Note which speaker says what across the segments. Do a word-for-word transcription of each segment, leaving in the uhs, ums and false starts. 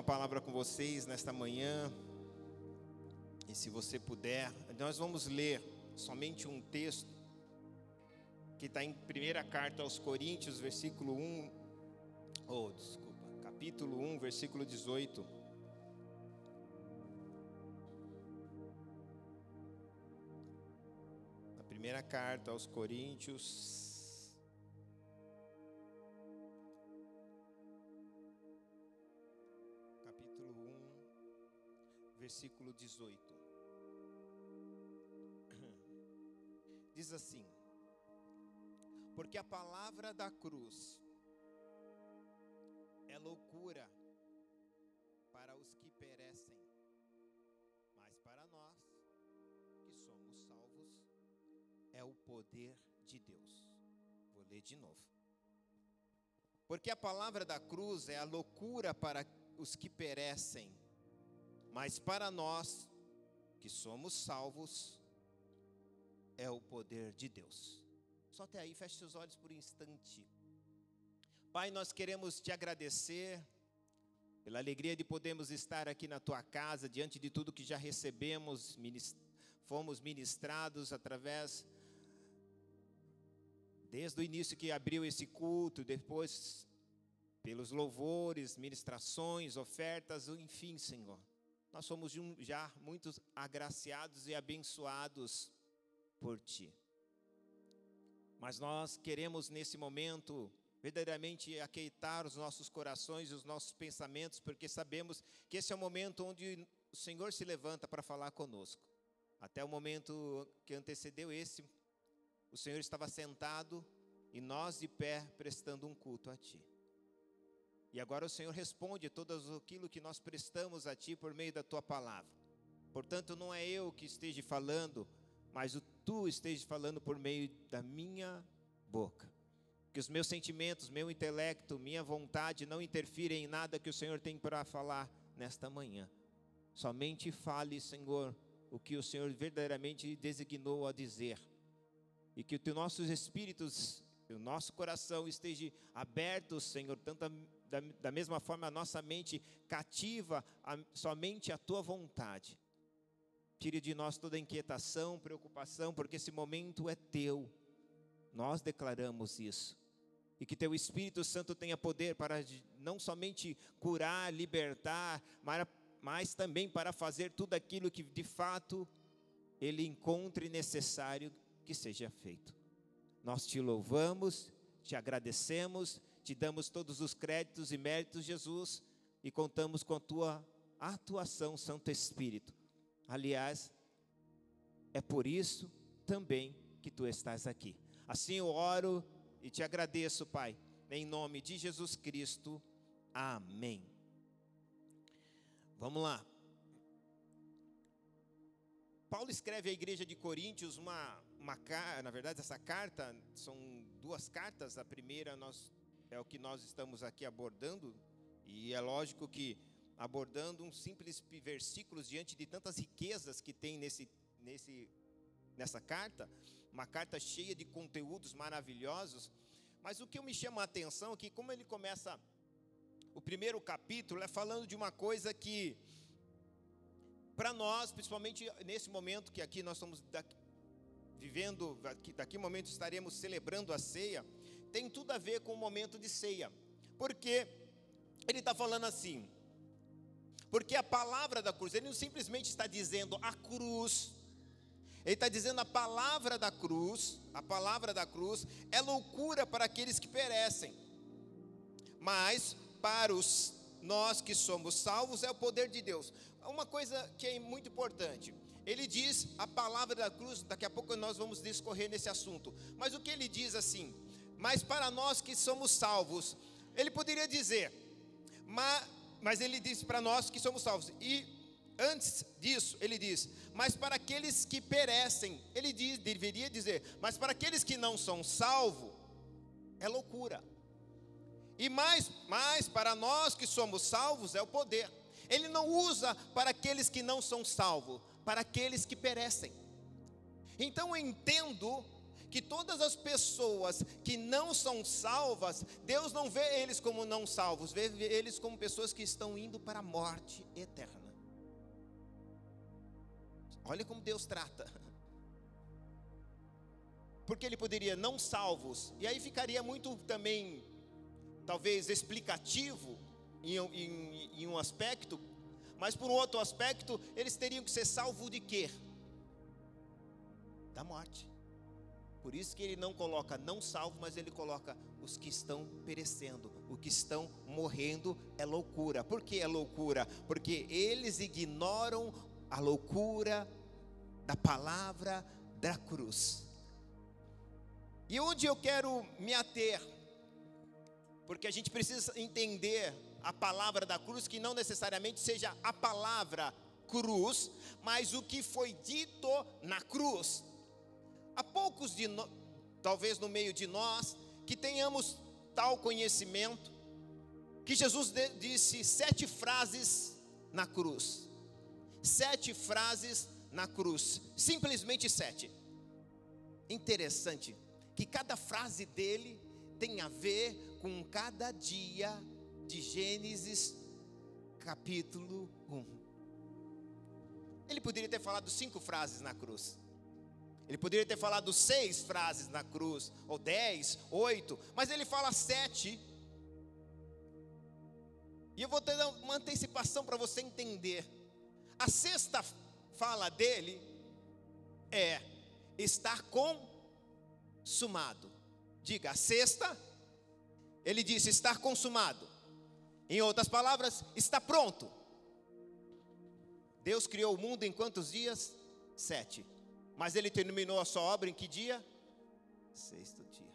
Speaker 1: uma palavra com vocês nesta manhã. E se você puder, nós vamos ler somente um texto que está em primeira carta aos Coríntios, versículo um, ou oh, desculpa, capítulo um, versículo dezoito. A primeira carta aos Coríntios, versículo dezoito, diz assim: porque a palavra da cruz é loucura para os que perecem, mas para nós que somos salvos é o poder de Deus. Vou ler de novo. Porque a palavra da cruz é a loucura para os que perecem, mas para nós, que somos salvos, é o poder de Deus. Só até aí, feche seus olhos por um instante. Pai, nós queremos te agradecer pela alegria de podermos estar aqui na tua casa, diante de tudo que já recebemos, fomos ministrados através, desde o início que abriu esse culto, depois pelos louvores, ministrações, ofertas, enfim, Senhor. Nós somos já muito agraciados e abençoados por Ti. Mas nós queremos nesse momento verdadeiramente aquietar os nossos corações e os nossos pensamentos, porque sabemos que esse é o momento onde o Senhor se levanta para falar conosco. Até o momento que antecedeu esse, o Senhor estava sentado e nós de pé prestando um culto a Ti. E agora o Senhor responde tudo aquilo que nós prestamos a Ti por meio da Tua palavra. Portanto, não é eu que esteja falando, mas o Tu esteja falando por meio da minha boca. Que os meus sentimentos, meu intelecto, minha vontade não interfirem em nada que o Senhor tem para falar nesta manhã. Somente fale, Senhor, o que o Senhor verdadeiramente designou a dizer. E que os nossos espíritos, o nosso coração esteja aberto, Senhor, tanto a Da, da mesma forma, a nossa mente cativa a, somente a Tua vontade. Tire de nós toda inquietação, preocupação, porque esse momento é Teu. Nós declaramos isso. E que Teu Espírito Santo tenha poder para não somente curar, libertar, mas, mas também para fazer tudo aquilo que de fato Ele encontre necessário que seja feito. Nós Te louvamos, Te agradecemos, Te damos todos os créditos e méritos, Jesus, e contamos com a Tua atuação, Santo Espírito. Aliás, é por isso também que Tu estás aqui. Assim eu oro e Te agradeço, Pai, em nome de Jesus Cristo. Amém. Vamos lá. Paulo escreve à igreja de Coríntios uma, uma na verdade essa carta, são duas cartas. A primeira nós é o que nós estamos aqui abordando, e é lógico que abordando um simples versículos diante de tantas riquezas que tem nesse, nesse, nessa carta, uma carta cheia de conteúdos maravilhosos. Mas o que me chama a atenção é que, como ele começa o primeiro capítulo, é falando de uma coisa que, para nós, principalmente nesse momento que aqui nós estamos daqui, vivendo, daqui, daqui a um momento estaremos celebrando a ceia, tem tudo a ver com o momento de ceia. Porque ele está falando assim, porque a palavra da cruz, ele não simplesmente está dizendo a cruz, ele está dizendo a palavra da cruz, a palavra da cruz é loucura para aqueles que perecem, mas para os nós que somos salvos é o poder de Deus. Uma coisa que é muito importante, ele diz a palavra da cruz, daqui a pouco nós vamos discorrer nesse assunto, mas o que ele diz assim, mas para nós que somos salvos, ele poderia dizer, mas, mas ele diz para nós que somos salvos, e antes disso ele diz, mas para aqueles que perecem, ele diz, deveria dizer, mas para aqueles que não são salvos, é loucura, e mais, mais para nós que somos salvos é o poder. Ele não usa para aqueles que não são salvos, para aqueles que perecem. Então eu entendo que todas as pessoas que não são salvas, Deus não vê eles como não salvos, vê eles como pessoas que estão indo para a morte eterna. Olha como Deus trata. Porque Ele poderia não salvos, e aí ficaria muito também, talvez explicativo em, em, em um aspecto, mas por um outro aspecto, eles teriam que ser salvos de quê? Da morte. Por isso que Ele não coloca não salvo, mas Ele coloca os que estão perecendo, os que estão morrendo. É loucura. Por que é loucura? Porque eles ignoram a loucura da palavra da cruz. E onde eu quero me ater, porque a gente precisa entender a palavra da cruz, que não necessariamente seja a palavra cruz, mas o que foi dito na cruz. Há poucos de nós, talvez no meio de nós, que tenhamos tal conhecimento, que Jesus disse sete frases na cruz. Sete frases na cruz, simplesmente sete. Interessante que cada frase dele tem a ver com cada dia de Gênesis capítulo um. Ele poderia ter falado cinco frases na cruz, ele poderia ter falado seis frases na cruz, ou dez, oito, mas ele fala sete. E eu vou ter uma antecipação para você entender. A sexta fala dele é estar consumado. Diga, a sexta, ele disse estar consumado. Em outras palavras, está pronto. Deus criou o mundo em quantos dias? Sete. Mas Ele terminou a sua obra em que dia? Sexto dia.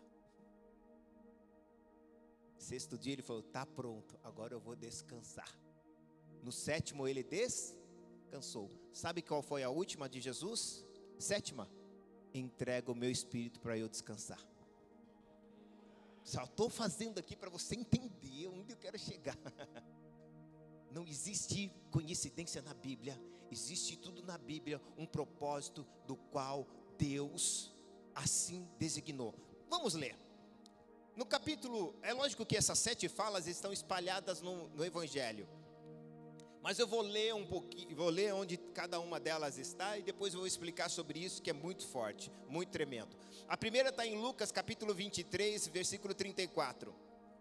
Speaker 1: Sexto dia Ele falou, está pronto, agora eu vou descansar. No sétimo Ele descansou. Sabe qual foi a última de Jesus? Sétima. Entrega o meu espírito para eu descansar. Só estou fazendo aqui para você entender onde eu quero chegar. Não existe coincidência na Bíblia. Existe tudo na Bíblia, um propósito do qual Deus assim designou. Vamos ler. No capítulo, é lógico que essas sete falas estão espalhadas no, no Evangelho. Mas eu vou ler um pouquinho, vou ler onde cada uma delas está e depois eu vou explicar sobre isso, que é muito forte, muito tremendo. A primeira está em Lucas capítulo vinte e três, versículo trinta e quatro.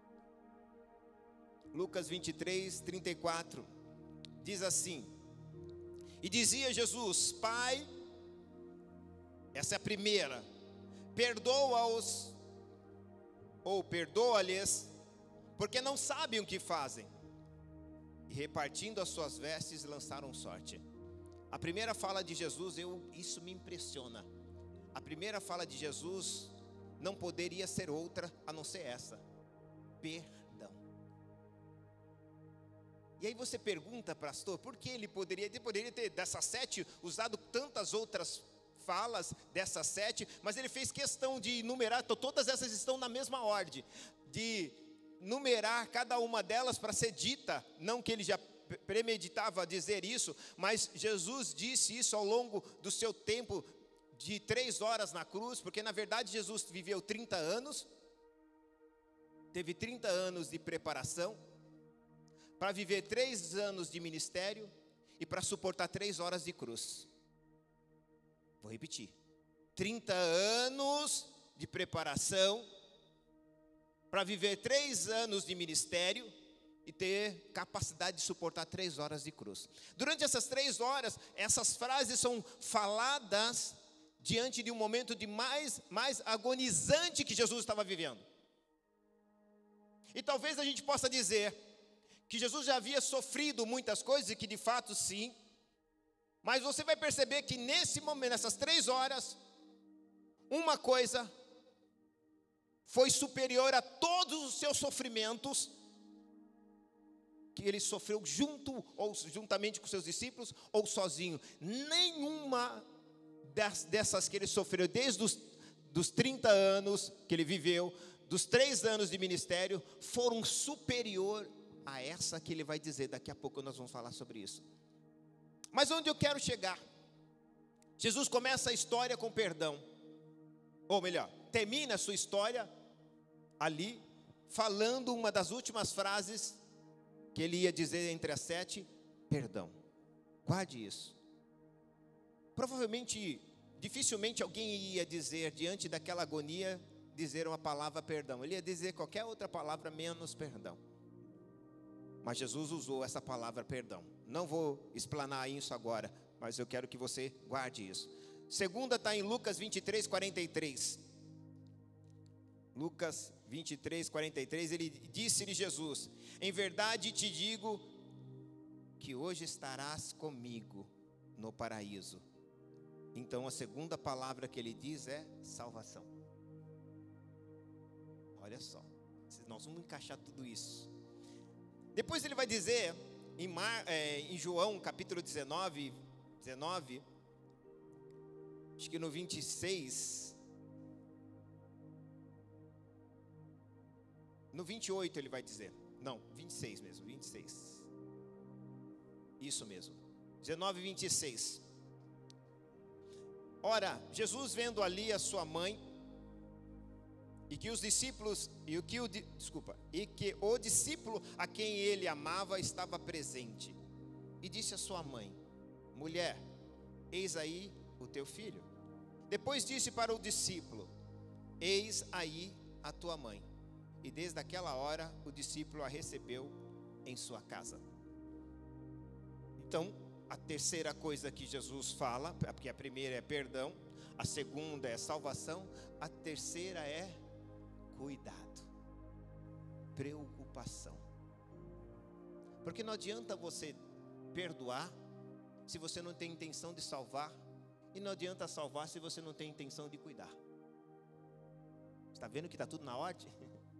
Speaker 1: Lucas vinte e três, trinta e quatro, diz assim: e dizia Jesus, Pai, essa é a primeira, perdoa-os, ou perdoa-lhes, porque não sabem o que fazem. E repartindo as suas vestes, lançaram sorte. A primeira fala de Jesus, eu, isso me impressiona. A primeira fala de Jesus não poderia ser outra a não ser essa: perdão. E aí você pergunta, pastor, por que ele poderia, ele poderia ter dessas sete usado tantas outras falas dessas sete, mas ele fez questão de numerar, todas essas estão na mesma ordem, de numerar cada uma delas para ser dita, não que ele já premeditava dizer isso, mas Jesus disse isso ao longo do seu tempo de três horas na cruz, porque na verdade Jesus viveu trinta anos, teve trinta anos de preparação, para viver três anos de ministério e para suportar três horas de cruz. Vou repetir, trinta anos de preparação, para viver três anos de ministério e ter capacidade de suportar três horas de cruz. Durante essas três horas, essas frases são faladas diante de um momento de mais, mais agonizante que Jesus estava vivendo. E talvez a gente possa dizer que Jesus já havia sofrido muitas coisas, e que de fato sim, mas você vai perceber que nesse momento, nessas três horas, uma coisa foi superior a todos os seus sofrimentos, que ele sofreu junto, ou juntamente com seus discípulos, ou sozinho. Nenhuma das, dessas que ele sofreu, desde os dos trinta anos que ele viveu, dos três anos de ministério, foram superior a essa que ele vai dizer. Daqui a pouco nós vamos falar sobre isso. Mas onde eu quero chegar? Jesus começa a história com perdão. ou melhor, termina a sua história ali, falando uma das últimas frases que ele ia dizer entre as sete: perdão. Guarde isso. Provavelmente, dificilmente alguém ia dizer, diante daquela agonia, dizer uma palavra perdão. Ele ia dizer qualquer outra palavra menos perdão. Mas Jesus usou essa palavra perdão. Não vou explanar isso agora, mas eu quero que você guarde isso. Segunda está em Lucas vinte e três, quarenta e três. Lucas vinte e três, quarenta e três, ele disse-lhe Jesus: em verdade te digo que hoje estarás comigo no paraíso. Então a segunda palavra que ele diz é salvação. Olha só, nós vamos encaixar tudo isso. Depois ele vai dizer em, Mar, é, em João capítulo dezenove, dezenove, acho que no vinte e seis, no vinte e oito ele vai dizer, não, vinte e seis mesmo, vinte e seis, isso mesmo, dezenove, vinte e seis. Ora, Jesus vendo ali a sua mãe, e que os discípulos, e o que o, desculpa, e que o discípulo a quem ele amava estava presente, e disse à sua mãe: mulher, eis aí o teu filho. Depois disse para o discípulo: eis aí a tua mãe. E desde aquela hora o discípulo a recebeu em sua casa. Então, a terceira coisa que Jesus fala, porque a primeira é perdão, a segunda é salvação, a terceira é cuidado, preocupação. Porque não adianta você perdoar se você não tem intenção de salvar, e não adianta salvar se você não tem intenção de cuidar. Está vendo que está tudo na ordem?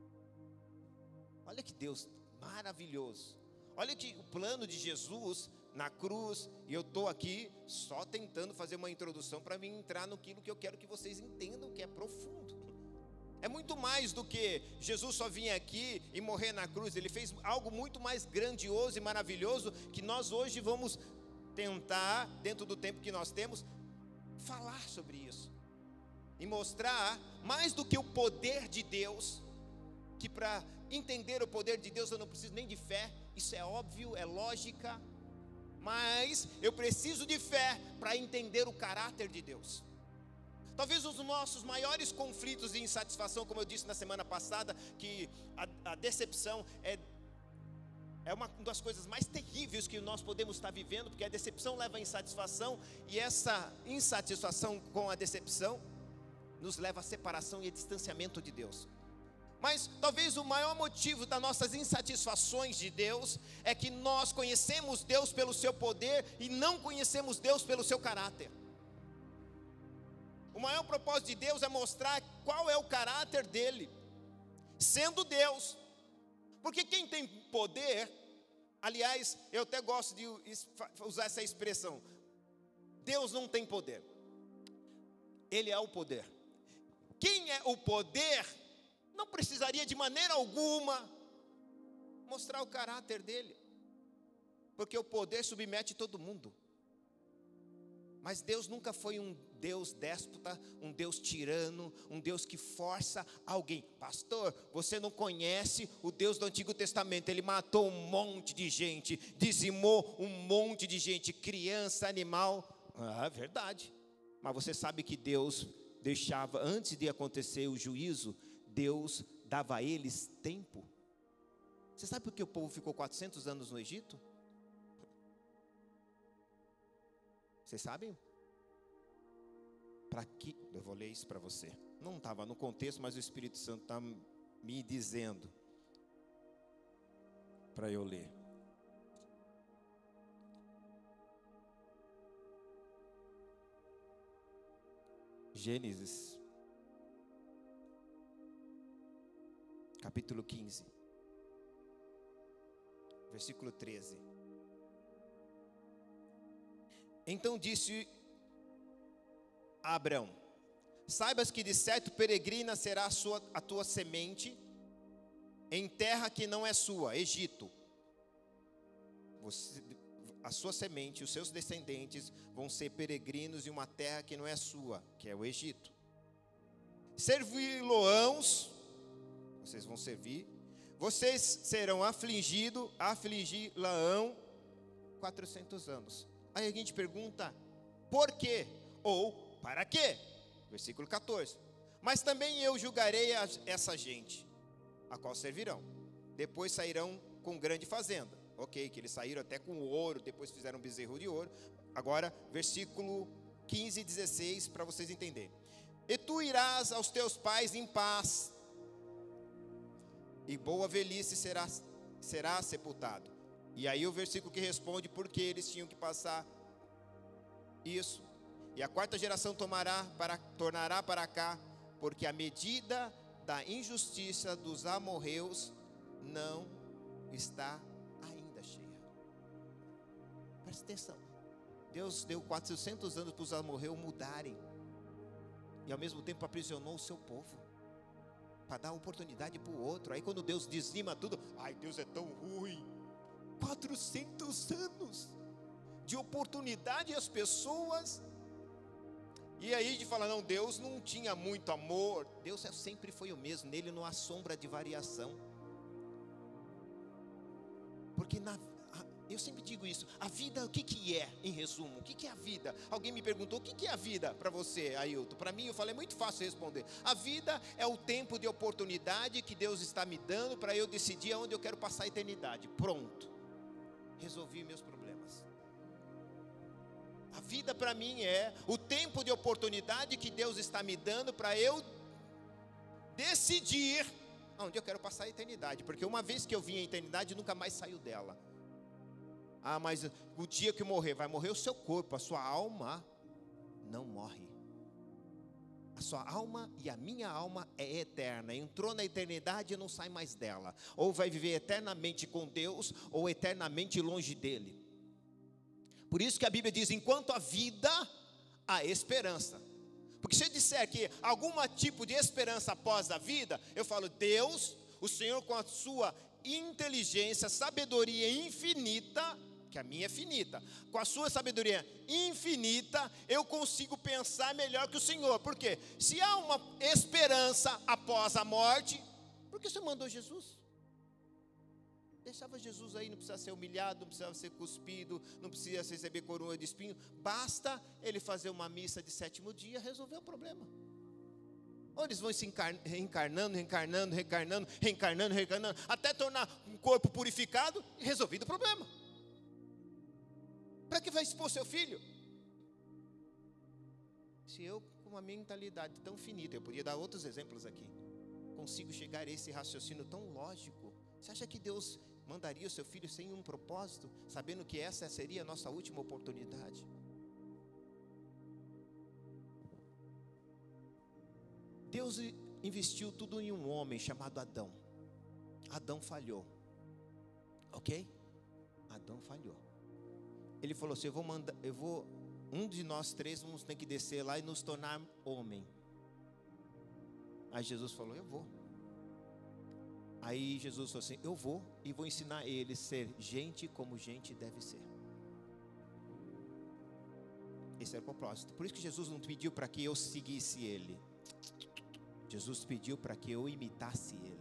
Speaker 1: Olha que Deus maravilhoso. Olha que o plano de Jesus na cruz, e eu estou aqui só tentando fazer uma introdução para mim entrar naquilo que eu quero que vocês entendam, que é profundo. É muito mais do que Jesus só vinha aqui e morrer na cruz. Ele fez algo muito mais grandioso e maravilhoso, que nós hoje vamos tentar, dentro do tempo que nós temos, falar sobre isso e mostrar mais do que o poder de Deus, que para entender o poder de Deus eu não preciso nem de fé, isso é óbvio, é lógica, mas eu preciso de fé para entender o caráter de Deus. Talvez os nossos maiores conflitos e insatisfação, como eu disse na semana passada, que a, a decepção é, é uma das coisas mais terríveis que nós podemos estar vivendo, porque a decepção leva à insatisfação, e essa insatisfação com a decepção nos leva à separação e a distanciamento de Deus. Mas talvez o maior motivo das nossas insatisfações de Deus é que nós conhecemos Deus pelo seu poder e não conhecemos Deus pelo seu caráter. O maior propósito de Deus é mostrar qual é o caráter dele, sendo Deus. Porque quem tem poder, aliás, eu até gosto de usar essa expressão: Deus não tem poder, Ele é o poder. Quem é o poder não precisaria de maneira alguma mostrar o caráter dele, porque o poder submete todo mundo. Mas Deus nunca foi um Deus déspota, um Deus tirano, um Deus que força alguém. Pastor, você não conhece o Deus do Antigo Testamento. Ele matou um monte de gente, dizimou um monte de gente, criança, animal. Ah, verdade. Mas você sabe que Deus deixava, antes de acontecer o juízo, Deus dava a eles tempo. Você sabe por que o povo ficou quatrocentos anos no Egito? Vocês sabem? Para que, eu vou ler isso para você. Não estava no contexto, mas o Espírito Santo está me dizendo para eu ler. Gênesis, capítulo quinze, versículo treze. Então disse a Abrão: saibas que de certo peregrina será a, sua, a tua semente em terra que não é sua, Egito. Você, a sua semente, os seus descendentes vão ser peregrinos em uma terra que não é sua, que é o Egito. servi-lo-ãos, vocês vão servir, vocês serão afligidos, afligi-la-ão quatrocentos anos. Aí a gente pergunta, por quê? Ou, para quê? Versículo quatorze. Mas também eu julgarei a, essa gente, a qual servirão. Depois sairão com grande fazenda. Ok, que eles saíram até com ouro, depois fizeram um bezerro de ouro. Agora, versículo quinze e dezesseis, para vocês entenderem. E tu irás aos teus pais em paz, e boa velhice será, será sepultado. E aí o versículo que responde porque eles tinham que passar isso. E a quarta geração tomará para, tornará para cá, porque a medida da injustiça dos amorreus não está ainda cheia. Presta atenção. Deus deu quatrocentos anos para os amorreus mudarem. E ao mesmo tempo aprisionou o seu povo, para dar oportunidade para o outro. Aí quando Deus dizima tudo, ai, Deus é tão ruim. quatrocentos anos de oportunidade às pessoas. E aí a gente fala, não, Deus não tinha muito amor. Deus sempre foi o mesmo, nele não há sombra de variação. Porque na, eu sempre digo isso, a vida, o que, que é, em resumo? O que, que é a vida? Alguém me perguntou, o que, que é a vida para você, Ailton? Para mim, eu falei, é muito fácil responder. A vida é o tempo de oportunidade que Deus está me dando para eu decidir aonde eu quero passar a eternidade. Pronto. Resolvi meus problemas. A vida para mim é o tempo de oportunidade que Deus está me dando para eu decidir onde eu quero passar a eternidade. Porque uma vez que eu vim à eternidade, nunca mais saio dela. Ah, mas o dia que morrer, vai morrer o seu corpo, a sua alma não morre. A sua alma e a minha alma é eterna. Entrou na eternidade e não sai mais dela. Ou vai viver eternamente com Deus, ou eternamente longe dele. Por isso que a Bíblia diz, enquanto há vida, há esperança. Porque se eu disser que algum tipo de esperança após a vida, eu falo, Deus, o Senhor com a sua inteligência, sabedoria infinita, que a minha é finita, com a sua sabedoria infinita, eu consigo pensar melhor que o Senhor. Por quê? Se há uma esperança após a morte, por que o Senhor mandou Jesus? Deixava Jesus aí, não precisava ser humilhado, não precisava ser cuspido, não precisa receber coroa de espinho, basta ele fazer uma missa de sétimo dia, resolver o problema. Ou eles vão se reencarnando, reencarnando, reencarnando, reencarnando, reencarnando, até tornar um corpo purificado e resolvido o problema. Para que vai expor seu filho? Se eu, com uma mentalidade tão finita, eu podia dar outros exemplos aqui, consigo chegar a esse raciocínio tão lógico, você acha que Deus mandaria o seu filho sem um propósito, sabendo que essa seria a nossa última oportunidade? Deus investiu tudo em um homem chamado Adão. Adão falhou, ok? Adão falhou. Ele falou assim, eu vou mandar, eu vou, um de nós três vamos ter que descer lá e nos tornar homem. Aí Jesus falou, eu vou. Aí Jesus falou assim, eu vou e vou ensinar ele a ser gente como gente deve ser. Esse era o propósito. Por isso que Jesus não pediu para que eu seguisse ele. Jesus pediu para que eu imitasse ele.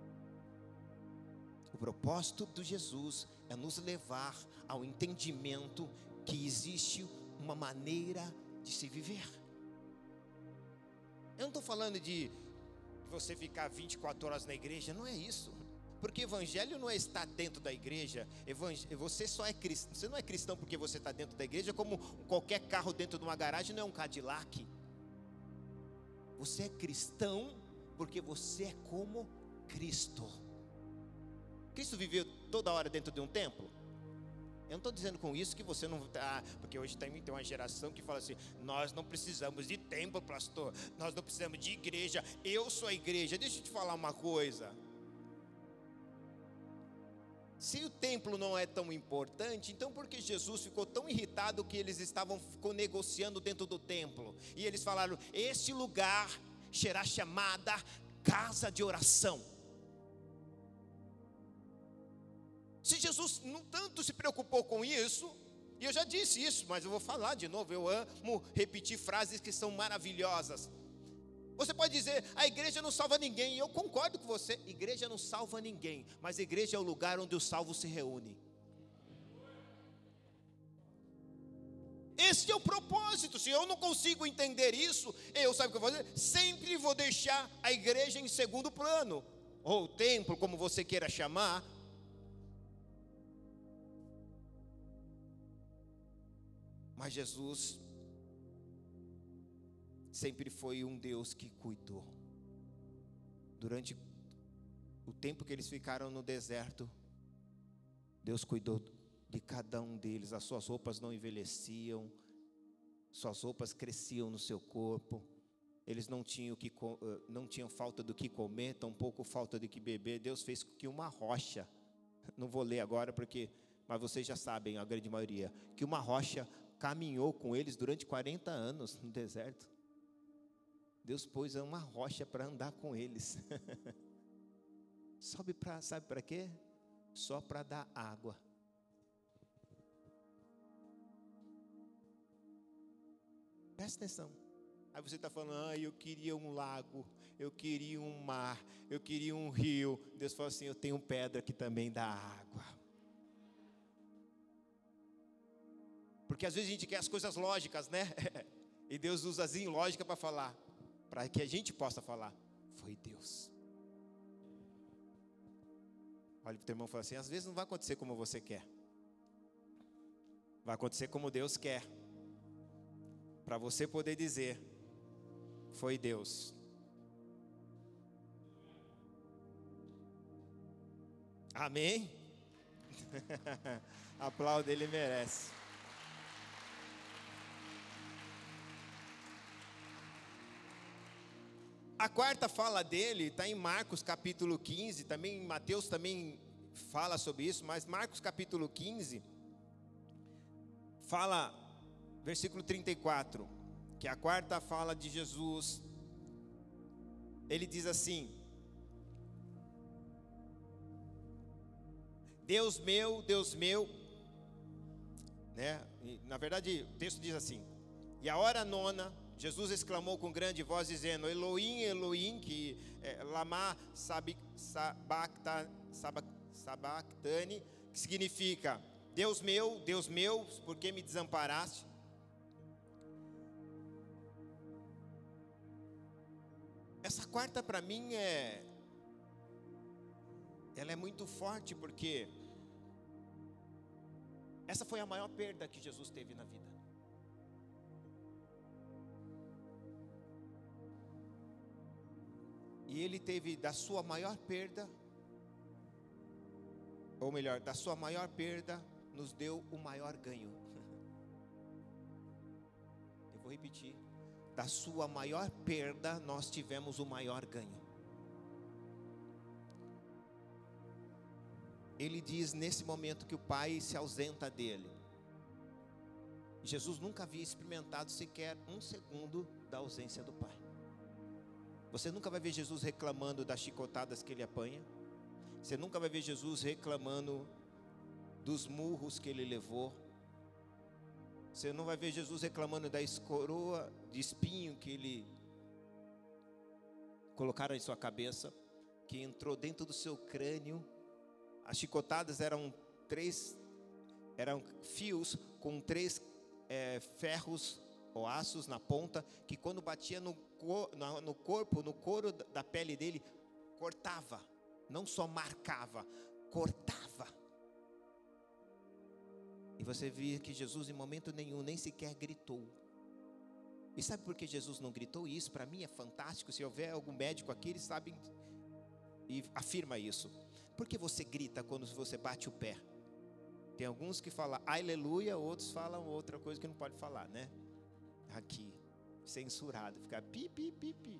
Speaker 1: O propósito de Jesus é nos levar ao entendimento que existe uma maneira de se viver. Eu não estou falando de você ficar vinte e quatro horas na igreja, não é isso. Porque evangelho não é estar dentro da igreja. Você só é cristão, você não é cristão porque você está dentro da igreja, como qualquer carro dentro de uma garagem não é um Cadillac. Você é cristão porque você é como Cristo. Cristo viveu toda hora dentro de um templo? Eu não estou dizendo com isso que você não está, porque hoje tem, tem uma geração que fala assim, nós não precisamos de templo, pastor, nós não precisamos de igreja, eu sou a igreja. Deixa eu te falar uma coisa, se o templo não é tão importante, então por que Jesus ficou tão irritado que eles estavam ficou negociando dentro do templo? E eles falaram, este lugar será chamada casa de oração. Se Jesus não tanto se preocupou com isso, e eu já disse isso, mas eu vou falar de novo, eu amo repetir frases que são maravilhosas. Você pode dizer, a igreja não salva ninguém. Eu concordo com você, igreja não salva ninguém, mas a igreja é o lugar onde os salvos se reúnem. Esse é o propósito. Se eu não consigo entender isso, eu, sabe o que eu vou fazer? Sempre vou deixar a igreja em segundo plano, ou o templo, como você queira chamar. Mas Jesus sempre foi um Deus que cuidou. Durante o tempo que eles ficaram no deserto, Deus cuidou de cada um deles. As suas roupas não envelheciam, suas roupas cresciam no seu corpo. Eles não tinham, que, não tinham falta do que comer, tampouco falta de que beber. Deus fez com que uma rocha, não vou ler agora porque, mas vocês já sabem, a grande maioria, que uma rocha caminhou com eles durante quarenta anos no deserto. Deus pôs uma rocha para andar com eles. Sobe para, sabe para quê? Só para dar água. Presta atenção. Aí você está falando, ah, eu queria um lago, eu queria um mar, eu queria um rio. Deus falou assim, eu tenho pedra que também dá água. Porque às vezes a gente quer as coisas lógicas, né? E Deus usa as ilógicas para falar, para que a gente possa falar, foi Deus. Olha para o teu irmão e fala assim, às vezes não vai acontecer como você quer, vai acontecer como Deus quer, para você poder dizer, foi Deus. Amém? Aplauda, ele merece. A quarta fala dele está em Marcos capítulo quinze, também Mateus também fala sobre isso, mas Marcos capítulo quinze fala, versículo trinta e quatro, que a quarta fala de Jesus. Ele diz assim: Deus meu, Deus meu, né? E, na verdade o texto diz assim: e a hora nona, Jesus exclamou com grande voz, dizendo, Elohim, Elohim, que é, lama sabactani, sabactani, que significa, Deus meu, Deus meu, por que me desamparaste? Essa quarta para mim é, ela é muito forte, porque essa foi a maior perda que Jesus teve na vida. E ele teve da sua maior perda, ou melhor, da sua maior perda, nos deu o maior ganho. Eu vou repetir. Da sua maior perda, nós tivemos o maior ganho. Ele diz nesse momento que o Pai se ausenta dele. Jesus nunca havia experimentado sequer um segundo da ausência do Pai. Você nunca vai ver Jesus reclamando das chicotadas que ele apanha. Você nunca vai ver Jesus reclamando dos murros que ele levou. Você não vai ver Jesus reclamando da coroa de espinho que ele colocaram em sua cabeça, que entrou dentro do seu crânio. As chicotadas eram três, eram fios com três é, ferros ou aços na ponta, que quando batia no, no corpo, no couro da pele dele, cortava, não só marcava, cortava. E você via que Jesus em momento nenhum, nem sequer gritou. E sabe por que Jesus não gritou? E isso para mim é fantástico. Se houver algum médico aqui, eles sabem e afirma isso. Por que você grita quando você bate o pé? Tem alguns que falam aleluia, outros falam outra coisa que não pode falar, né? Aqui, censurado, fica pi, pi, pi, pi.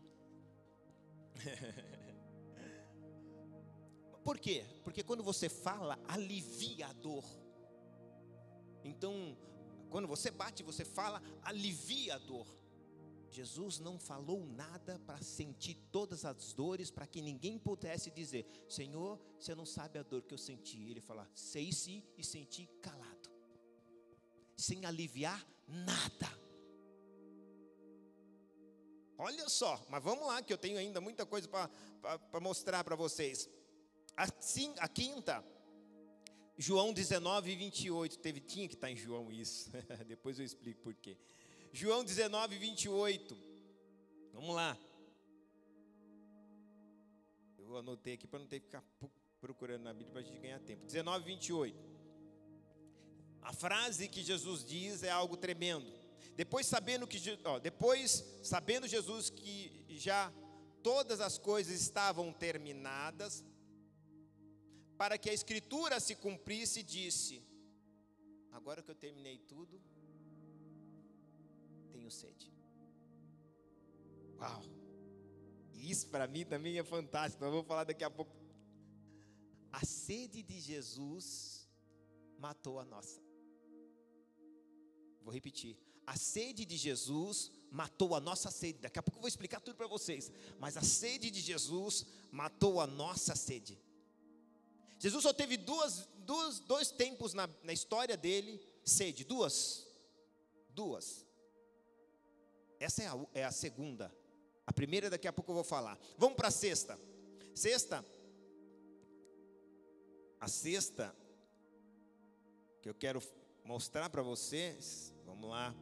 Speaker 1: Por quê? Porque quando você fala, alivia a dor. Então, quando você bate, você fala, alivia a dor. Jesus não falou nada para sentir todas as dores, para que ninguém pudesse dizer, Senhor, você não sabe a dor que eu senti. Ele fala, sei sim, e senti calado, sem aliviar nada. Olha só, mas vamos lá, que eu tenho ainda muita coisa para mostrar para vocês. Assim, a quinta, João dezenove, vinte e oito. Teve, tinha que estar em João isso. Depois eu explico por quê. João dezenove, vinte e oito. Vamos lá. Eu anotei aqui para não ter que ficar procurando na Bíblia para a gente ganhar tempo. dezenove, vinte e oito. A frase que Jesus diz é algo tremendo. Depois sabendo que, ó, depois sabendo Jesus que já todas as coisas estavam terminadas, para que a Escritura se cumprisse, disse: agora que eu terminei tudo, tenho sede. Uau! E isso para mim também é fantástico. Nós vamos falar daqui a pouco. A sede de Jesus matou a nossa. Vou repetir. A sede de Jesus matou a nossa sede. Daqui a pouco eu vou explicar tudo para vocês. Mas a sede de Jesus matou a nossa sede. Jesus só teve duas, duas, dois tempos na, na história dele, sede. Duas. Duas. Essa é a, é a segunda. A primeira daqui a pouco eu vou falar. Vamos para a sexta. Sexta. A sexta que eu quero mostrar para vocês. Vamos lá.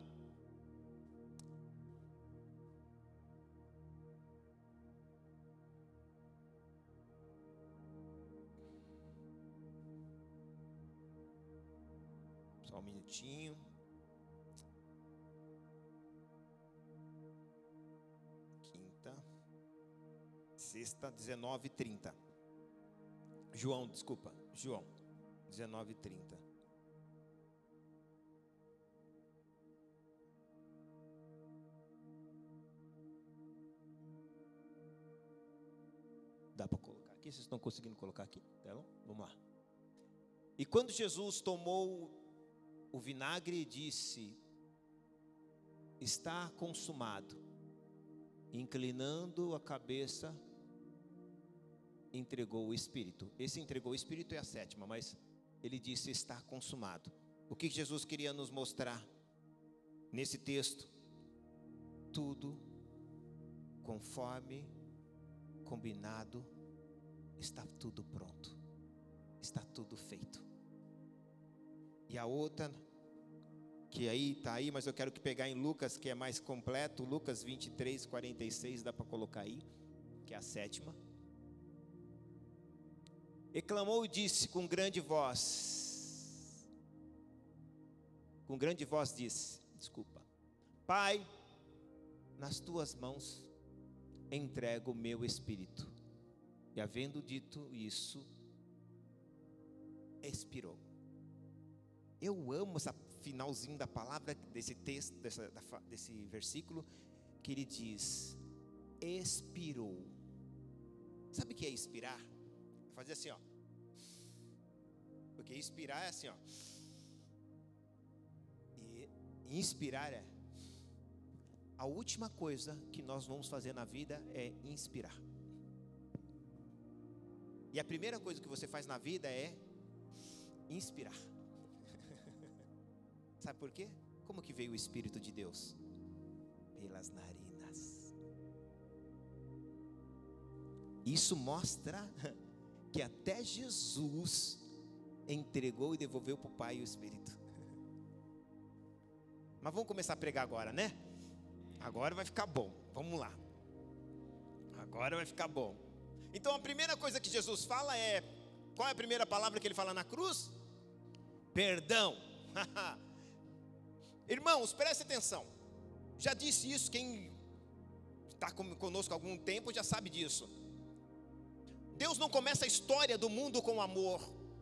Speaker 1: Só um minutinho. Quinta. Sexta, dezenove e trinta. João, desculpa. João, dezenove e trinta. Dá para colocar aqui? Vocês estão conseguindo colocar aqui? Então, vamos lá. E quando Jesus tomou o vinagre e disse: está consumado, inclinando a cabeça, entregou o Espírito. Esse entregou o Espírito é a sétima, mas ele disse: está consumado. O que Jesus queria nos mostrar nesse texto? Tudo conforme combinado, está tudo pronto, está tudo feito. E a outra, que aí está aí, mas eu quero que pegar em Lucas, que é mais completo, Lucas vinte e três, quarenta e seis, dá para colocar aí, que é a sétima. E clamou e disse com grande voz, com grande voz disse, desculpa, Pai, nas tuas mãos entrego o meu espírito. E havendo dito isso, expirou. Eu amo esse finalzinho da palavra, desse texto, dessa, desse versículo, que ele diz, expirou. Sabe o que é expirar? É fazer assim, ó. Porque expirar é assim, ó. E inspirar é. A última coisa que nós vamos fazer na vida é inspirar. E a primeira coisa que você faz na vida é inspirar. Sabe por quê? Como que veio o Espírito de Deus? Pelas narinas. Isso mostra que até Jesus entregou e devolveu para o Pai o Espírito. Mas vamos começar a pregar agora, né? Agora vai ficar bom, vamos lá. Agora vai ficar bom. Então a primeira coisa que Jesus fala é, qual é a primeira palavra que ele fala na cruz? Perdão. Irmãos, preste atenção. Já disse isso, quem está conosco há algum tempo já sabe disso. Deus não começa a história do mundo com amor.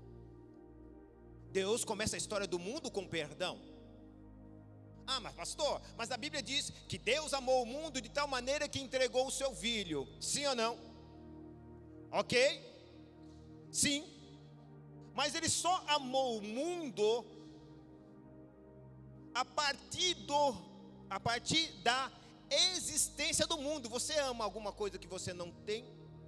Speaker 1: Deus começa a história do mundo com perdão. Ah, mas pastor, mas a Bíblia diz que Deus amou o mundo de tal maneira que entregou o seu filho. Sim ou não? Ok? Sim. Mas ele só amou o mundo a partir do, a partir da existência do mundo. Você ama alguma coisa que você não tem?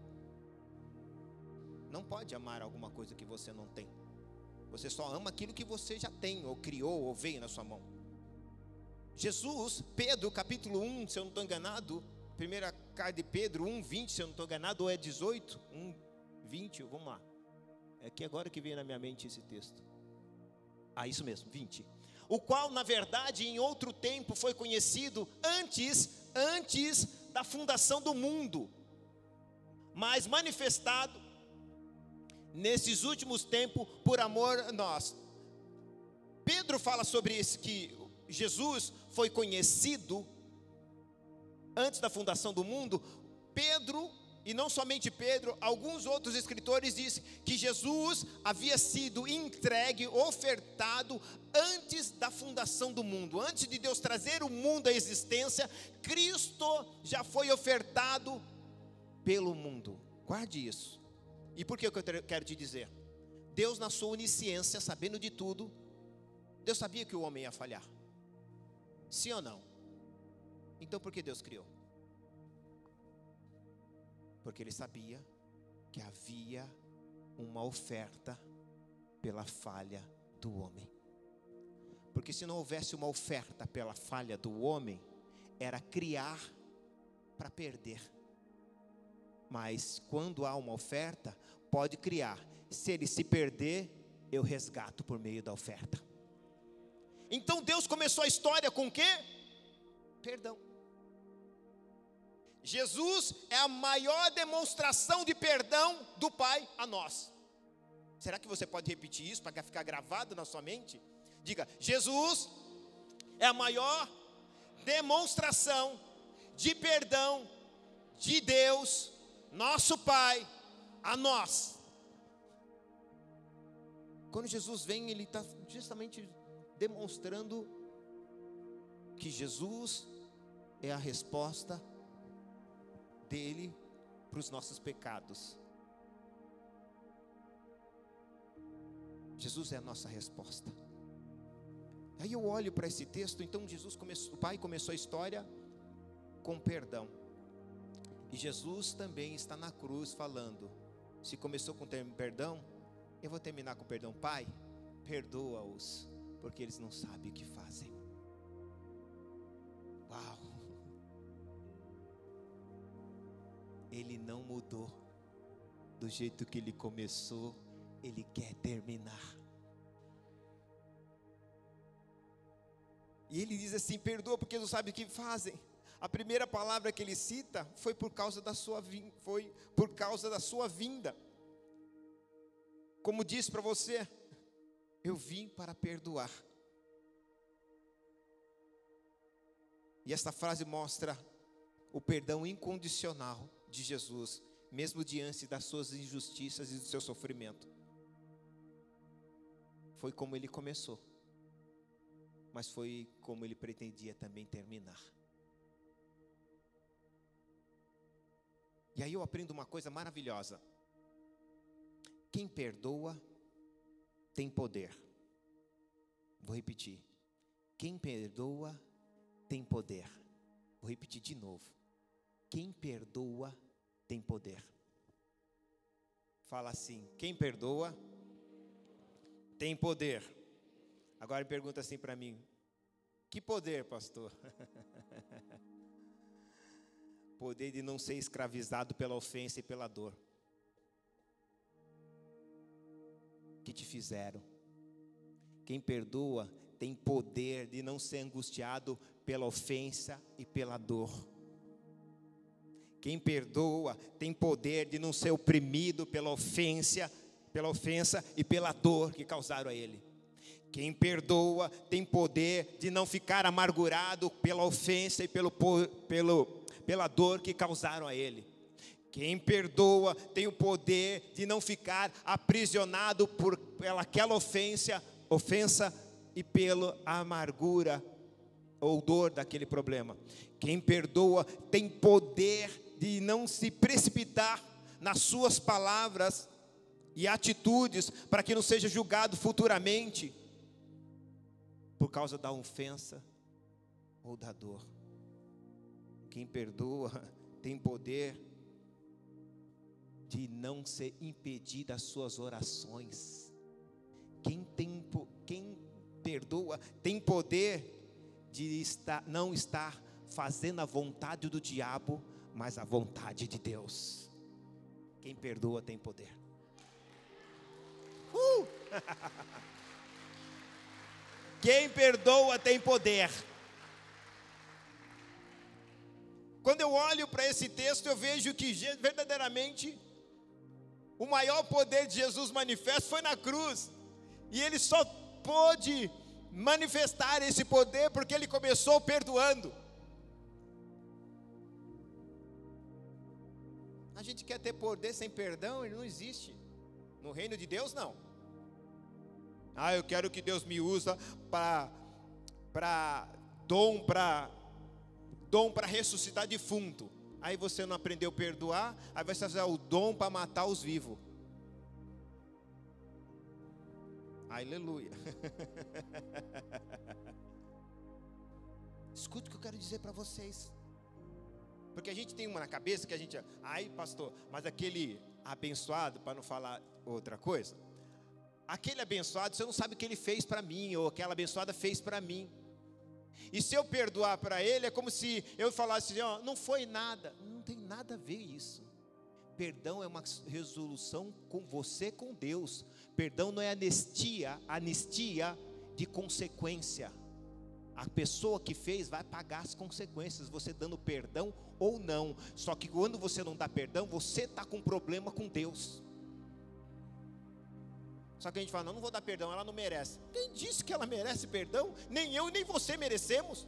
Speaker 1: Não pode amar alguma coisa que você não tem. Você só ama aquilo que você já tem, ou criou, ou veio na sua mão. Jesus, Pedro, capítulo um, se eu não estou enganado, primeira carta de Pedro um, vinte, se eu não estou enganado, ou é dezoito? um, vinte, vamos lá. É que agora que veio na minha mente esse texto. Ah, isso mesmo, vinte. O qual, na verdade, em outro tempo foi conhecido antes, antes da fundação do mundo, mas manifestado nesses últimos tempos por amor a nós. Pedro fala sobre isso, que Jesus foi conhecido antes da fundação do mundo. Pedro, e não somente Pedro, alguns outros escritores dizem que Jesus havia sido entregue, ofertado antes da fundação do mundo. Antes de Deus trazer o mundo à existência, Cristo já foi ofertado pelo mundo. Guarde isso. E por que eu quero te dizer? Deus, na sua onisciência, sabendo de tudo, Deus sabia que o homem ia falhar. Sim ou não? Então por que Deus criou? Porque Ele sabia que havia uma oferta pela falha do homem. Porque se não houvesse uma oferta pela falha do homem, era criar para perder. Mas quando há uma oferta, pode criar. Se ele se perder, eu resgato por meio da oferta. Então Deus começou a história com o quê? Perdão. Jesus é a maior demonstração de perdão do Pai a nós. Será que você pode repetir isso para ficar gravado na sua mente? Diga: Jesus é a maior demonstração de perdão de Deus, nosso Pai, a nós. Quando Jesus vem, Ele está justamente demonstrando que Jesus é a resposta dele para os nossos pecados. Jesus é a nossa resposta. Aí eu olho para esse texto. Então Jesus começou, o Pai começou a história com perdão, e Jesus também está na cruz falando: se começou com perdão, eu vou terminar com perdão. Pai, perdoa-os, porque eles não sabem o que fazem. Uau! Ele não mudou. Do jeito que ele começou, ele quer terminar. E ele diz assim: perdoa porque não sabem o que fazem. A primeira palavra que ele cita foi por causa da sua vinda, foi por causa da sua vinda. Como disse para você, eu vim para perdoar. E esta frase mostra o perdão incondicional de Jesus, mesmo diante das suas injustiças e do seu sofrimento. Foi como ele começou, mas foi como ele pretendia também terminar. E aí eu aprendo uma coisa maravilhosa: quem perdoa tem poder. Vou repetir: quem perdoa tem poder. Vou repetir de novo: quem perdoa tem poder. Fala assim: quem perdoa tem poder. Agora pergunta assim para mim: que poder, pastor? Poder de não ser escravizado pela ofensa e pela dor que te fizeram. Quem perdoa tem poder de não ser angustiado pela ofensa e pela dor. Quem perdoa tem poder de não ser oprimido pela ofensa, pela ofensa e pela dor que causaram a ele. Quem perdoa tem poder de não ficar amargurado pela ofensa e pelo, pelo, pela dor que causaram a ele. Quem perdoa tem o poder de não ficar aprisionado por aquela ofensa, ofensa e pela amargura ou dor daquele problema. Quem perdoa tem poder de não se precipitar nas suas palavras e atitudes para que não seja julgado futuramente por causa da ofensa ou da dor. Quem perdoa tem poder de não ser impedido das suas orações. Quem, tem, quem perdoa tem poder de estar, não estar fazendo a vontade do diabo mas a vontade de Deus. Quem perdoa tem poder. Uh! Quem perdoa tem poder. Quando eu olho para esse texto, eu vejo que verdadeiramente o maior poder de Jesus manifesto foi na cruz. E ele só pôde manifestar esse poder porque ele começou perdoando. A gente quer ter poder sem perdão, ele não existe. No reino de Deus, não. Ah, eu quero que Deus me usa para para dom para dom para ressuscitar defunto. Aí você não aprendeu a perdoar, aí vai fazer o dom para matar os vivos. Aleluia. Escute o que eu quero dizer para vocês. Porque a gente tem uma na cabeça que a gente, ai pastor, mas aquele abençoado, para não falar outra coisa, aquele abençoado, você não sabe o que ele fez para mim, ou aquela abençoada fez para mim. E se eu perdoar para ele, é como se eu falasse, ó, não foi nada. Não tem nada a ver isso. Perdão é uma resolução com você, com Deus. Perdão não é anistia, anistia de consequência. A pessoa que fez vai pagar as consequências, você dando perdão ou não. Só que quando você não dá perdão, você está com problema com Deus. Só que a gente fala, não, não vou dar perdão, ela não merece. Quem disse que ela merece perdão? Nem eu, nem você merecemos.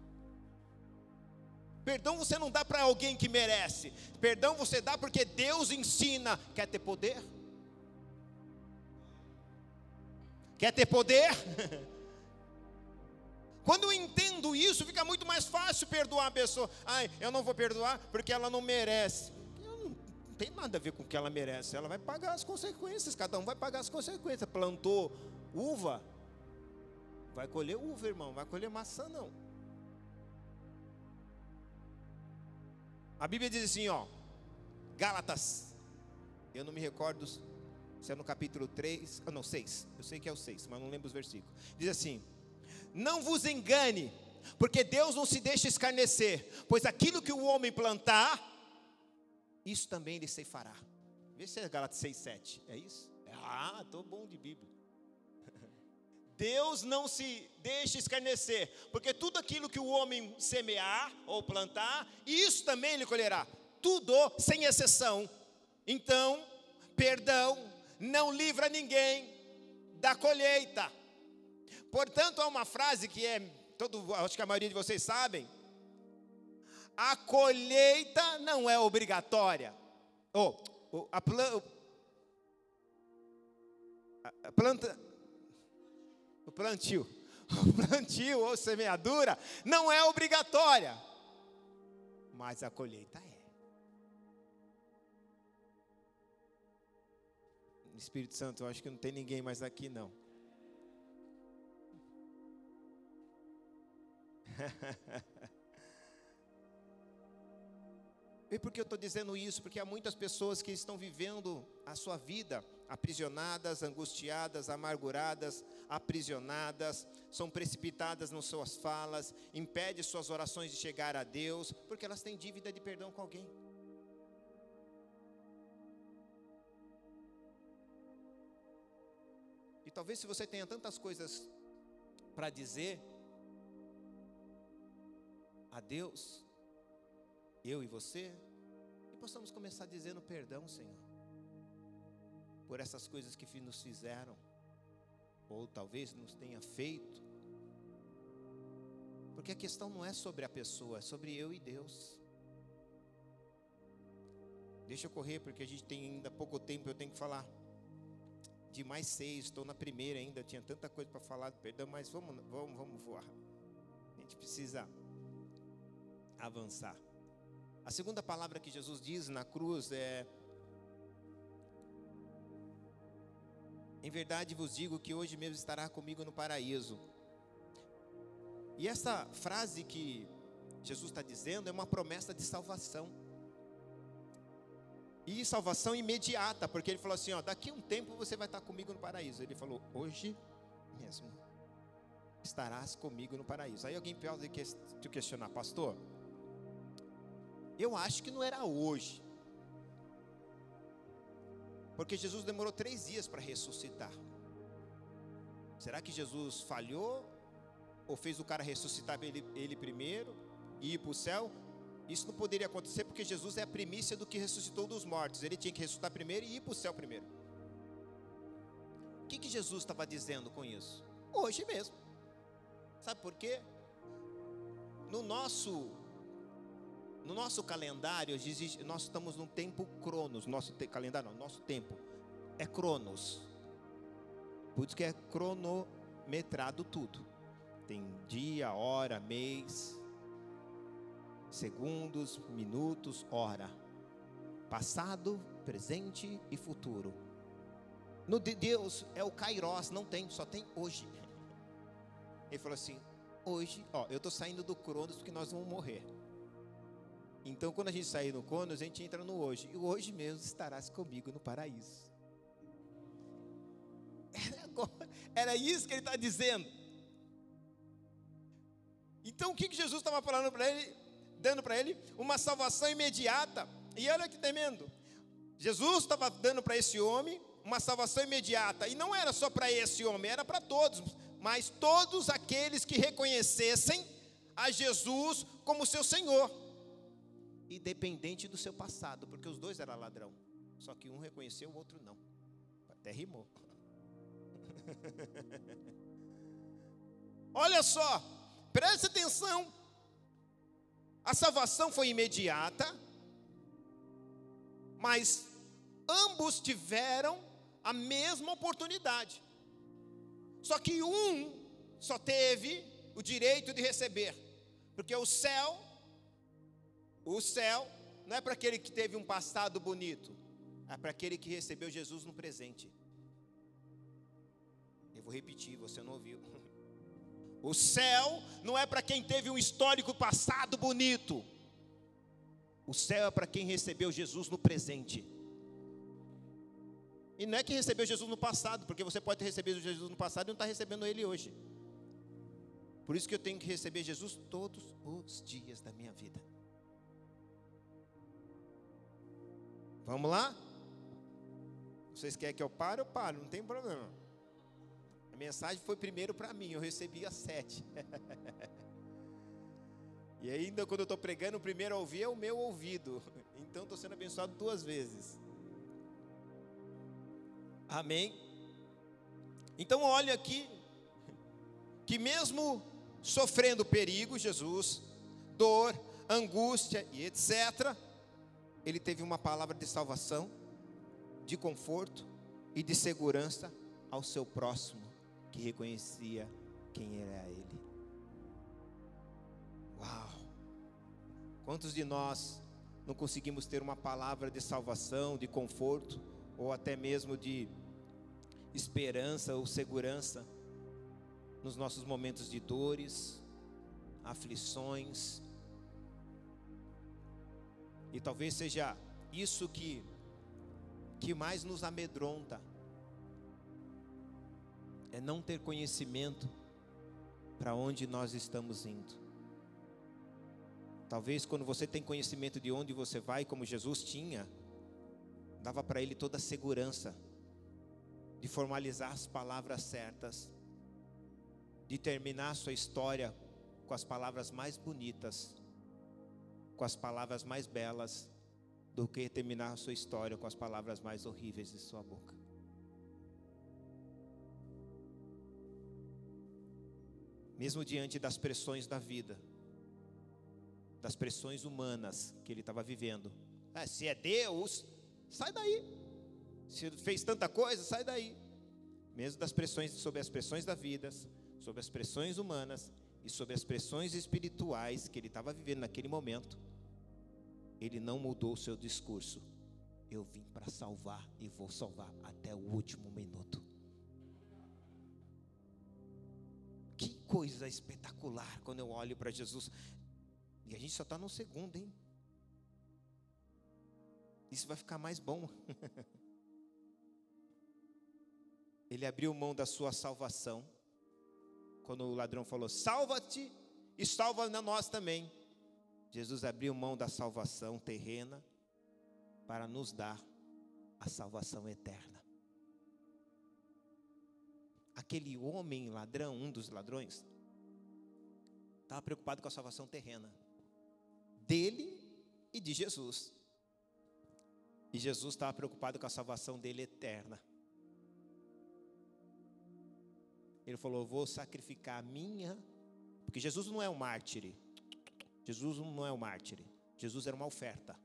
Speaker 1: Perdão você não dá para alguém que merece. Perdão você dá porque Deus ensina. Quer ter poder? Quer ter poder? Quando eu entendo isso, fica muito mais fácil perdoar a pessoa. Ai, eu não vou perdoar porque ela não merece. Não tem nada a ver com o que ela merece. Ela vai pagar as consequências. Cada um vai pagar as consequências. Plantou uva, vai colher uva, irmão. Vai colher maçã, não. A Bíblia diz assim, ó, Gálatas, eu não me recordo se é no capítulo três, ah, não, seis, eu sei que é o seis, mas não lembro os versículos. Diz assim, não vos engane, porque Deus não se deixa escarnecer, pois aquilo que o homem plantar, isso também ele ceifará. Vê se é Gálatas seis, sete, é isso? Ah, estou bom de Bíblia. Deus não se deixa escarnecer, porque tudo aquilo que o homem semear ou plantar, isso também ele colherá, tudo sem exceção. Então, perdão não livra ninguém da colheita. Portanto, há uma frase que é, todo, acho que a maioria de vocês sabem, a colheita não é obrigatória. Oh, a, plan, a planta... O plantio, o plantio ou semeadura não é obrigatória, mas a colheita é. Espírito Santo, eu acho que não tem ninguém mais aqui não. E por que eu estou dizendo isso? Porque há muitas pessoas que estão vivendo a sua vida aprisionadas, angustiadas, amarguradas, aprisionadas, são precipitadas nas suas falas, impede suas orações de chegar a Deus, porque elas têm dívida de perdão com alguém. E talvez se você tenha tantas coisas para dizer a Deus, eu e você, e possamos começar dizendo perdão, Senhor, por essas coisas que nos fizeram, ou talvez nos tenha feito, porque a questão não é sobre a pessoa, é sobre eu e Deus. Deixa eu correr, porque a gente tem ainda pouco tempo, eu tenho que falar de mais seis, estou na primeira ainda, tinha tanta coisa para falar, perdão, mas vamos, vamos, vamos voar, a gente precisa avançar. A segunda palavra que Jesus diz na cruz é: em verdade vos digo que hoje mesmo estará comigo no paraíso. E essa frase que Jesus está dizendo é uma promessa de salvação. E salvação imediata, porque ele falou assim, ó, daqui a um tempo você vai estar comigo no paraíso. Ele falou, hoje mesmo estarás comigo no paraíso. Aí alguém pode te questionar, pastor, Eu acho que não era hoje. Porque Jesus demorou três dias para ressuscitar. Será que Jesus falhou? Ou fez o cara ressuscitar ele, ele primeiro e ir para o céu? Isso não poderia acontecer porque Jesus é a primícia do que ressuscitou dos mortos. Ele tinha que ressuscitar primeiro e ir para o céu primeiro. O que, que Jesus estava dizendo com isso? Hoje mesmo. Sabe por quê? No nosso, no nosso calendário, nós estamos num tempo cronos. Nosso te, calendário não, nosso tempo é cronos. Por isso que é cronometrado tudo. Tem dia, hora, mês, segundos, minutos, hora. Passado, presente e futuro. No de Deus é o Kairos, não tem, só tem hoje. Ele falou assim, hoje, ó, eu estou saindo do Cronos porque nós vamos morrer. Então quando a gente sair no Cronos, a gente entra no hoje. E hoje mesmo estarás comigo no paraíso. Era, era isso que ele está dizendo. Então o que, que Jesus estava falando para ele, dando para ele? Uma salvação imediata. E olha que tremendo. Jesus estava dando para esse homem uma salvação imediata, e não era só para esse homem, era para todos, mas todos aqueles que reconhecessem a Jesus como seu Senhor, independente do seu passado, porque os dois eram ladrão, só que um reconheceu, o outro não, até rimou. Olha só, preste atenção, a salvação foi imediata, mas ambos tiveram a mesma oportunidade. Só que um só teve o direito de receber. Porque o céu, o céu não é para aquele que teve um passado bonito, é para aquele que recebeu Jesus no presente. Eu vou repetir, você não ouviu. O céu não é para quem teve um histórico passado bonito. O céu é para quem recebeu Jesus no presente. E não é que recebeu Jesus no passado, porque você pode ter recebido Jesus no passado e não está recebendo Ele hoje. Por isso que eu tenho que receber Jesus todos os dias da minha vida. Vamos lá? Vocês querem que eu pare? Eu paro, não tem problema. A mensagem foi primeiro para mim, eu recebi às sete. E ainda quando eu estou pregando, o primeiro a ouvir é o meu ouvido. Então estou sendo abençoado duas vezes. Amém? Então olha aqui, que mesmo sofrendo perigo, Jesus, dor, angústia e etcétera, ele teve uma palavra de salvação, de conforto e de segurança ao seu próximo, que reconhecia quem era ele. Uau! Quantos de nós não conseguimos ter uma palavra de salvação, de conforto, ou até mesmo de esperança ou segurança nos nossos momentos de dores, aflições? E talvez seja isso que, que mais nos amedronta, é não ter conhecimento para onde nós estamos indo. Talvez quando você tem conhecimento de onde você vai, como Jesus tinha, dava para ele toda a segurança de formalizar as palavras certas, de terminar a sua história com as palavras mais bonitas, com as palavras mais belas, do que terminar a sua história com as palavras mais horríveis de sua boca. Mesmo diante das pressões da vida, das pressões humanas que ele estava vivendo, ah, se é Deus, sai daí. Se fez tanta coisa, sai daí. Mesmo das pressões, sobre as pressões da vida, sobre as pressões humanas e sobre as pressões espirituais que ele estava vivendo naquele momento, ele não mudou o seu discurso. Eu vim para salvar e vou salvar até o último minuto. Que coisa espetacular quando eu olho para Jesus. E a gente só está no segundo, hein? Isso vai ficar mais bom. Ele abriu mão da sua salvação. Quando o ladrão falou, salva-te e salva nós também. Jesus abriu mão da salvação terrena para nos dar a salvação eterna. Aquele homem ladrão, um dos ladrões, estava preocupado com a salvação terrena dele e de Jesus. E Jesus estava preocupado com a salvação dele eterna. Ele falou: eu vou sacrificar a minha, porque Jesus não é um mártir. Jesus não é um mártir. Jesus era uma oferta.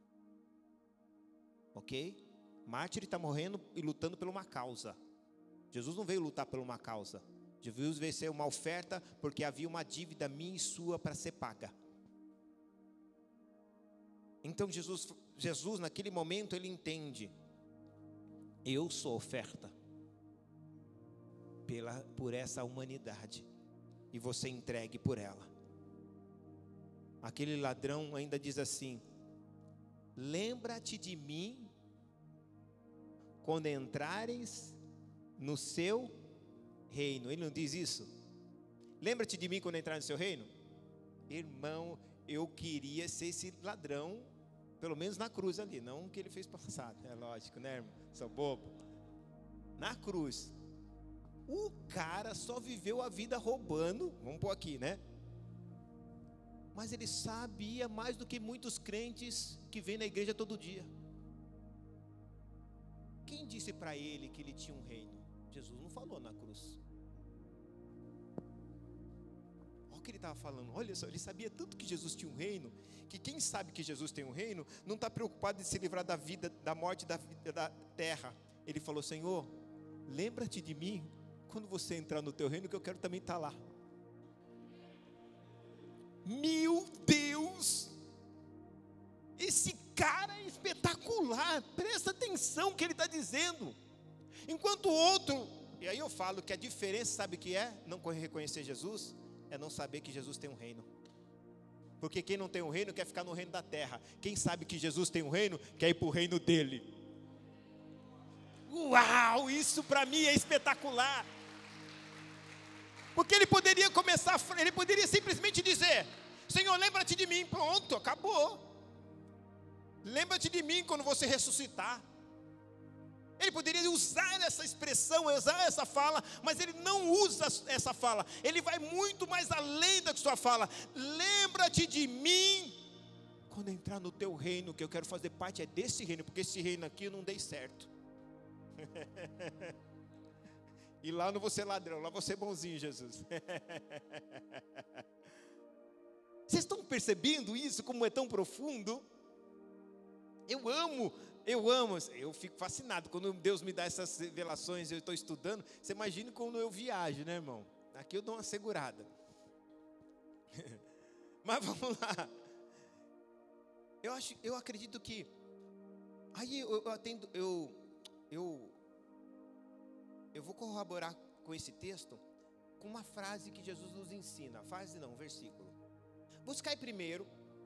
Speaker 1: Ok? Mártir está morrendo e lutando por uma causa. Jesus não veio lutar por uma causa. Jesus veio ser uma oferta porque havia uma dívida minha e sua para ser paga. Então Jesus, Jesus naquele momento ele entende: eu sou oferta pela, por essa humanidade, e você entregue por ela. Aquele ladrão ainda diz assim: lembra-te de mim quando entrares no seu reino. Ele não diz isso? Lembra-te de mim quando entrar no seu reino? Irmão, eu queria ser esse ladrão, pelo menos na cruz ali, não o que ele fez passado, é lógico, né, irmão? Sou bobo. Na cruz, o cara só viveu a vida roubando, vamos pôr aqui, né? Mas ele sabia mais do que muitos crentes que vêm na igreja todo dia. Quem disse para ele que ele tinha um reino? Jesus não falou na cruz. Olha o que ele estava falando. Olha só, ele sabia tanto que Jesus tinha um reino, que quem sabe que Jesus tem um reino, não está preocupado em se livrar da vida, da morte da, da terra. Ele falou: Senhor, lembra-te de mim quando você entrar no teu reino, que eu quero também estar lá. Meu Deus, esse cara é espetacular. Presta atenção no que ele está dizendo. Enquanto o outro, e aí eu falo que a diferença, sabe o que é? Não reconhecer Jesus, é não saber que Jesus tem um reino. Porque quem não tem um reino quer ficar no reino da terra. Quem sabe que Jesus tem um reino, quer ir para o reino dele. Uau, isso para mim é espetacular. Porque ele poderia começar, ele poderia simplesmente dizer: Senhor, lembra-te de mim, pronto, acabou. Lembra-te de mim quando você ressuscitar. Ele poderia usar essa expressão, usar essa fala, mas ele não usa essa fala. Ele vai muito mais além da sua fala. Lembra-te de mim quando entrar no teu reino, que eu quero fazer parte é desse reino, porque esse reino aqui eu não dei certo. E lá eu não vou ser ladrão, lá eu vou ser bonzinho, Jesus. Vocês estão percebendo isso, como é tão profundo? Eu amo, eu amo, eu fico fascinado quando Deus me dá essas revelações, eu estou estudando. Você imagina quando eu viajo, né, irmão? Aqui eu dou uma segurada. Mas vamos lá. Eu acho, eu acredito que aí eu, eu atendo, eu, eu, eu vou corroborar com esse texto com uma frase que Jesus nos ensina. Frase não, versículo. Buscai primeiro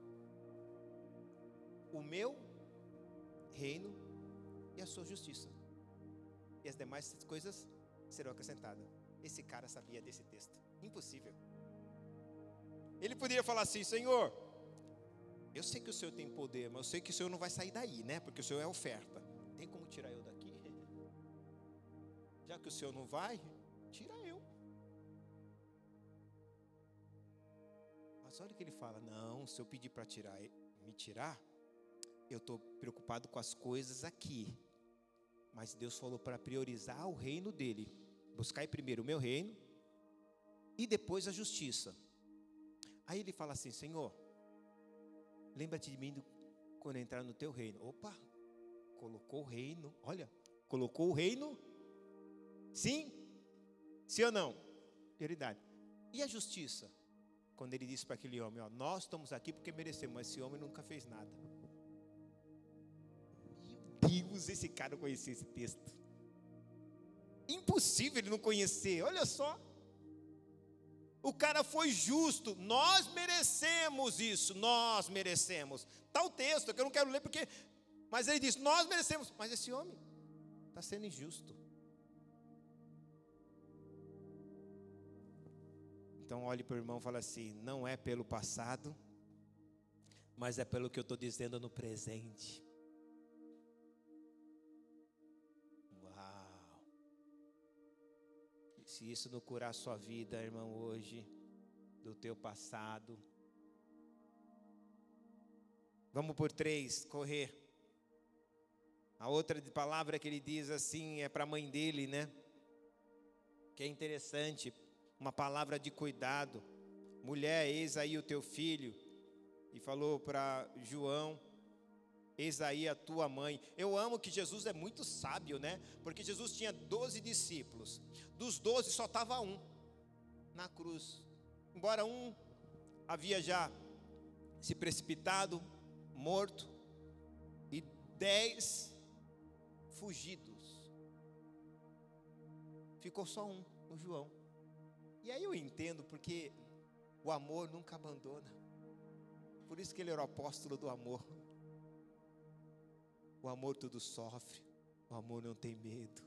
Speaker 1: o meu reino e a sua justiça, e as demais coisas serão acrescentadas. Esse cara sabia desse texto. Impossível. Ele poderia falar assim: Senhor, eu sei que o Senhor tem poder, mas eu sei que o Senhor não vai sair daí, né? Porque o Senhor é oferta. Tem como tirar eu daqui? Já que o Senhor não vai, tira eu. Mas olha o que ele fala: não, se eu pedir para tirar, me tirar, eu estou preocupado com as coisas aqui. Mas Deus falou para priorizar o reino dele. Buscai primeiro o meu reino e depois a justiça. Aí ele fala assim: Senhor, lembra-te de mim do, quando entrar no teu reino. Opa, colocou o reino. Olha, colocou o reino. Sim? Sim ou não? Prioridade. E a justiça? Quando ele disse para aquele homem: ó, nós estamos aqui porque merecemos, mas esse homem nunca fez nada. Meu Deus, esse cara não conhecia esse texto. Impossível ele não conhecer. Olha só. O cara foi justo. Nós merecemos isso. Nós merecemos. Está o texto que eu não quero ler porque... Mas ele diz, nós merecemos. Mas esse homem está sendo injusto. Então olhe para o irmão e fala assim: não é pelo passado,
Speaker 2: mas é pelo que eu estou dizendo no presente. Uau! Se isso não curar a sua vida, irmão, hoje, do teu passado. Vamos por três, correr. A outra palavra que ele diz assim é para a mãe dele, né? Que é interessante, uma palavra de cuidado. Mulher, eis aí o teu filho. E falou para João, eis aí a tua mãe. Eu amo que Jesus é muito sábio, né? Porque Jesus tinha doze discípulos. Dos doze só estava um na cruz. Embora um havia já se precipitado, morto, e dez fugidos. Ficou só um, o João. E aí eu entendo, porque o amor nunca abandona. Por isso que ele era o apóstolo do amor. O amor tudo sofre, o amor não tem medo.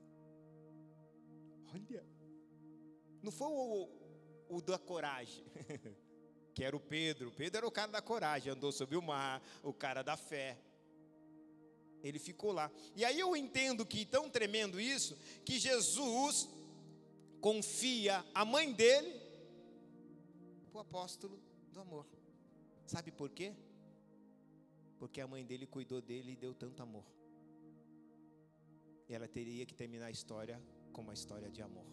Speaker 2: Olha, não foi o, o da coragem, que era o Pedro. Pedro era o cara da coragem, andou sobre o mar, o cara da fé. Ele ficou lá. E aí eu entendo que tão tremendo isso, que Jesus confia a mãe dele para o apóstolo do amor. Sabe por quê? Porque a mãe dele cuidou dele e deu tanto amor. E ela teria que terminar a história com uma história de amor.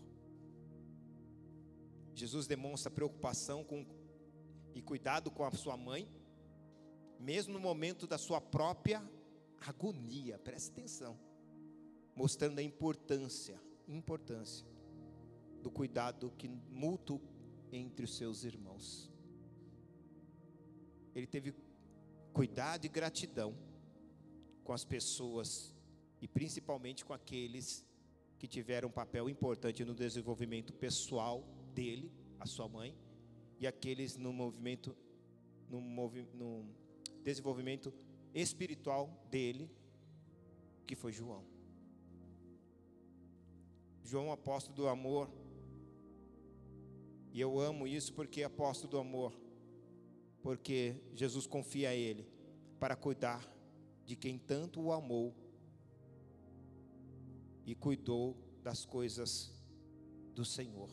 Speaker 2: Jesus demonstra preocupação com, e cuidado com a sua mãe, mesmo no momento da sua própria agonia. Preste atenção. Mostrando a importância, importância do cuidado que mútuo entre os seus irmãos. Ele teve cuidado e gratidão com as pessoas e principalmente com aqueles que tiveram um papel importante no desenvolvimento pessoal dele, a sua mãe, e aqueles no movimento, no, movi, no desenvolvimento espiritual dele, que foi João. João, apóstolo do amor, e eu amo isso porque é apóstolo do amor, porque Jesus confia a ele para cuidar de quem tanto o amou e cuidou das coisas do Senhor.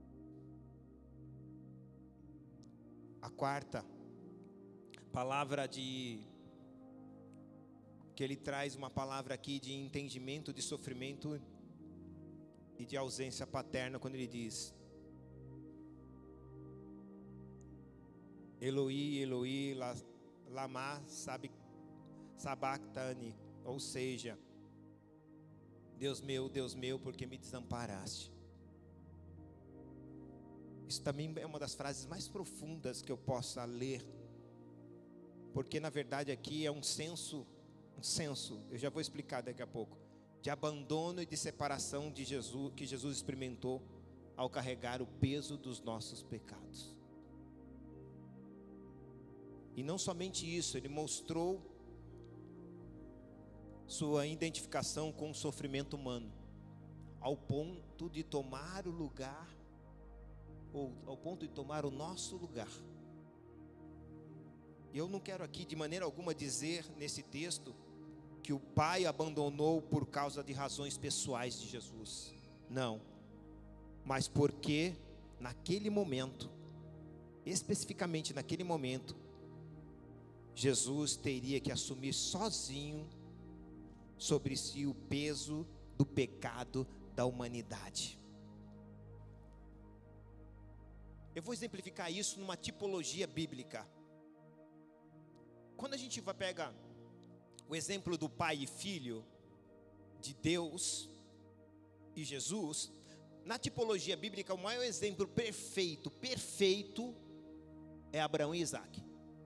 Speaker 2: A quarta palavra de que ele traz uma palavra aqui de entendimento de sofrimento e de ausência paterna, quando ele diz: Eloi, Eloi, lama sabachthani, ou seja, Deus meu, Deus meu, por que me desamparaste? Isso também é uma das frases mais profundas que eu possa ler, porque na verdade aqui é um senso, um senso, eu já vou explicar daqui a pouco, de abandono e de separação de Jesus, que Jesus experimentou ao carregar o peso dos nossos pecados. E não somente isso, ele mostrou sua identificação com o sofrimento humano, ao ponto de tomar o lugar, ou ao ponto de tomar o nosso lugar. E eu não quero aqui de maneira alguma dizer nesse texto que o Pai abandonou por causa de razões pessoais de Jesus. Não. Mas porque naquele momento, especificamente naquele momento, Jesus teria que assumir sozinho sobre si o peso do pecado da humanidade. Eu vou exemplificar isso numa tipologia bíblica. Quando a gente vai pegar o exemplo do pai e filho, de Deus e Jesus, na tipologia bíblica o maior exemplo perfeito, perfeito, é Abraão e Isaac.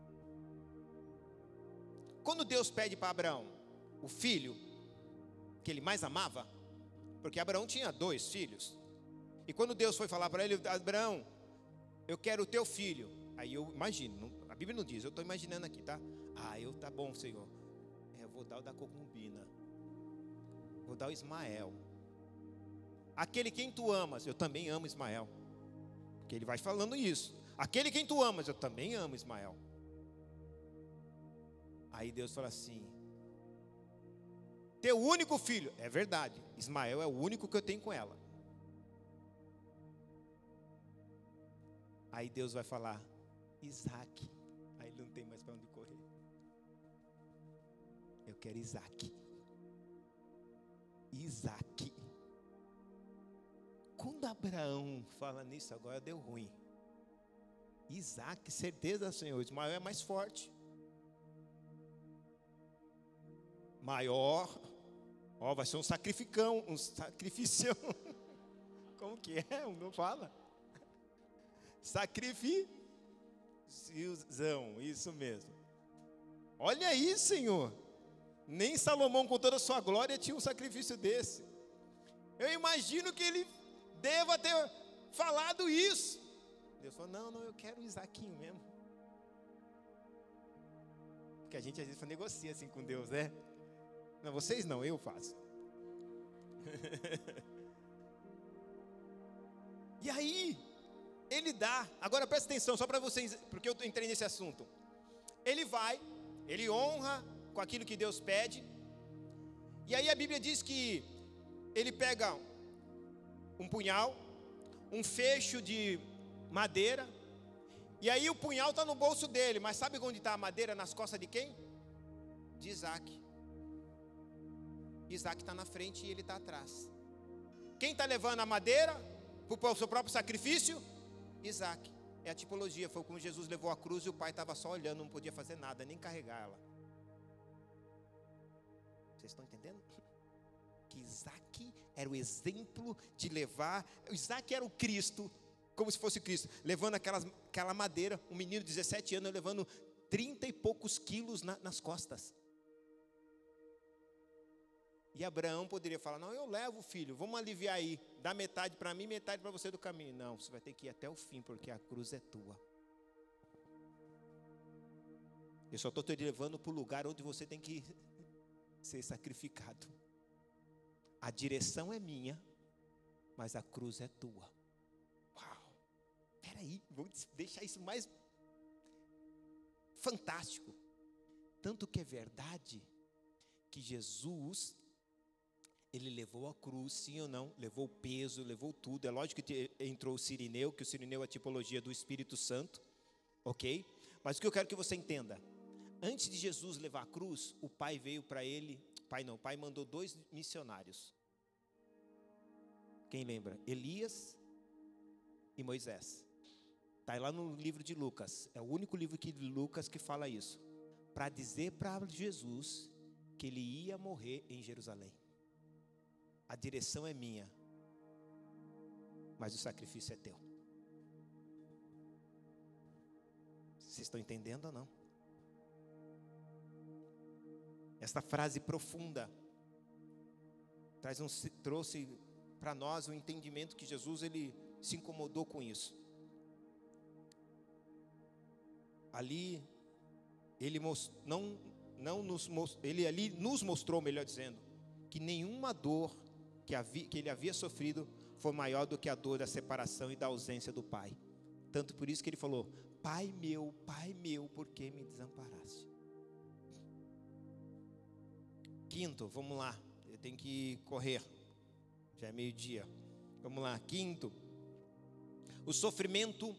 Speaker 2: Quando Deus pede para Abraão o filho que ele mais amava, porque Abraão tinha dois filhos, e quando Deus foi falar para ele: Abraão, eu quero o teu filho. Aí eu imagino, a Bíblia não diz, eu estou imaginando aqui, tá? Ah, eu, tá bom, Senhor, é, eu vou dar o da concubina, vou dar o Ismael, aquele quem tu amas. Eu também amo Ismael, porque ele vai falando isso. Aquele quem tu amas, eu também amo Ismael.
Speaker 1: Aí Deus fala assim: teu único filho, é verdade, Ismael é o único que eu tenho com ela. Aí Deus vai falar: Isaac. Aí ele não tem mais para onde correr. Eu quero Isaac. Isaac. Quando Abraão fala nisso, agora deu ruim. Isaac, certeza, Senhor, Ismael é mais forte, maior, ó, vai ser um sacrificão, um sacrificião. Como que é? Não fala? Sacrificião, isso mesmo. Olha aí, Senhor, nem Salomão com toda a sua glória tinha um sacrifício desse. Eu imagino que ele deva ter falado isso. Deus falou: não, não, eu quero o Isaquinho mesmo. Porque a gente às vezes negocia assim com Deus, né? Não, vocês não, eu faço. E aí, ele dá. Agora presta atenção, só para vocês, porque eu entrei nesse assunto. Ele vai, ele honra com aquilo que Deus pede. E aí a Bíblia diz que ele pega um punhal, um fecho de madeira, e aí o punhal está no bolso dele, mas sabe onde está a madeira? Nas costas de quem? De Isaac. Isaac está na frente e ele está atrás. Quem está levando a madeira para o seu próprio sacrifício? Isaac. É a tipologia, foi como Jesus levou a cruz e o pai estava só olhando, não podia fazer nada, nem carregar ela. Vocês estão entendendo? Que Isaac era o exemplo de levar. Isaac era o Cristo, como se fosse Cristo, levando aquelas, aquela madeira, um menino de dezessete anos, levando trinta e poucos quilos na, nas costas. E Abraão poderia falar: não, eu levo, filho, vamos aliviar aí, dá metade para mim, metade para você do caminho. Não, você vai ter que ir até o fim, porque a cruz é tua. Eu só estou te levando para o lugar onde você tem que ser sacrificado. A direção é minha, mas a cruz é tua. Peraí, vou deixar isso mais fantástico. Tanto que é verdade que Jesus, ele levou a cruz, sim ou não, levou o peso, levou tudo. É lógico que entrou o Cirineu, que o Cirineu é a tipologia do Espírito Santo, ok? Mas o que eu quero que você entenda: antes de Jesus levar a cruz, o pai veio para ele, pai não, o pai mandou dois missionários. Quem lembra? Elias e Moisés. Está lá no livro de Lucas, é o único livro de Lucas que fala isso, para dizer para Jesus que ele ia morrer em Jerusalém. A direção é minha, mas o sacrifício é teu. Vocês estão entendendo ou não? Esta frase profunda traz um, trouxe para nós o entendimento que Jesus ele se incomodou com isso. Ali ele não, não nos, ele ali nos mostrou, melhor dizendo, que nenhuma dor que, havia, que ele havia sofrido foi maior do que a dor da separação e da ausência do Pai. Tanto por isso que ele falou: Pai meu, Pai meu, por que me desamparaste? Quinto, vamos lá, eu tenho que correr, já é meio dia. Vamos lá, quinto, o sofrimento.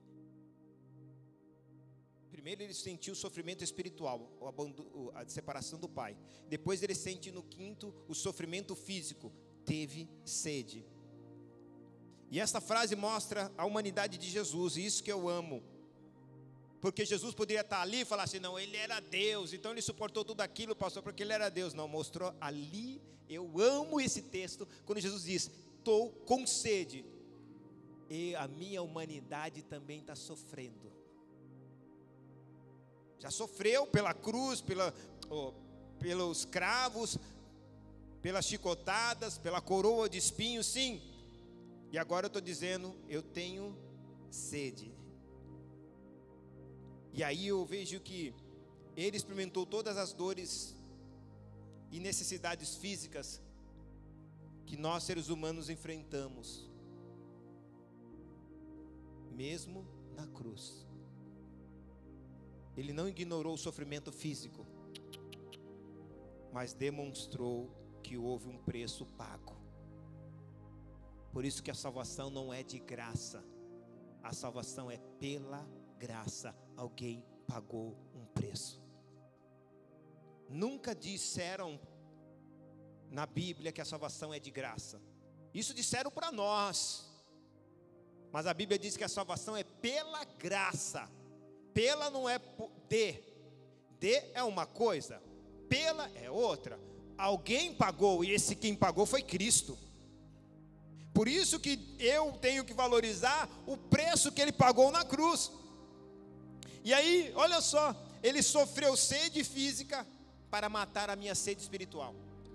Speaker 1: Primeiro ele sentiu o sofrimento espiritual, a separação do pai. Depois ele sente no quinto o sofrimento físico, teve sede. E essa frase mostra a humanidade de Jesus, e isso que eu amo. Porque Jesus poderia estar ali e falar assim: não, ele era Deus, então ele suportou tudo aquilo, pastor, porque ele era Deus. Não, mostrou ali. Eu amo esse texto, quando Jesus diz: estou com sede, e a minha humanidade também está sofrendo. Já sofreu pela cruz, pela, oh, pelos cravos, pelas chicotadas, pela coroa de espinhos, sim. E agora eu estou dizendo: eu tenho sede. E aí eu vejo que ele experimentou todas as dores e necessidades físicas que nós seres humanos enfrentamos, mesmo na cruz. Ele não ignorou o sofrimento físico. mas demonstrou que houve um preço pago. Por isso que a salvação não é de graça, a salvação é pela graça. Alguém pagou um preço. Nunca disseram na Bíblia que a salvação é de graça. Isso disseram para nós, mas a Bíblia diz que a salvação é pela graça. Pela não é de, de é uma coisa, pela é outra. Alguém pagou, e esse quem pagou foi Cristo. Por isso que eu tenho que valorizar o preço que Ele pagou na cruz. E aí, olha só, Ele sofreu sede física para matar a minha sede espiritual.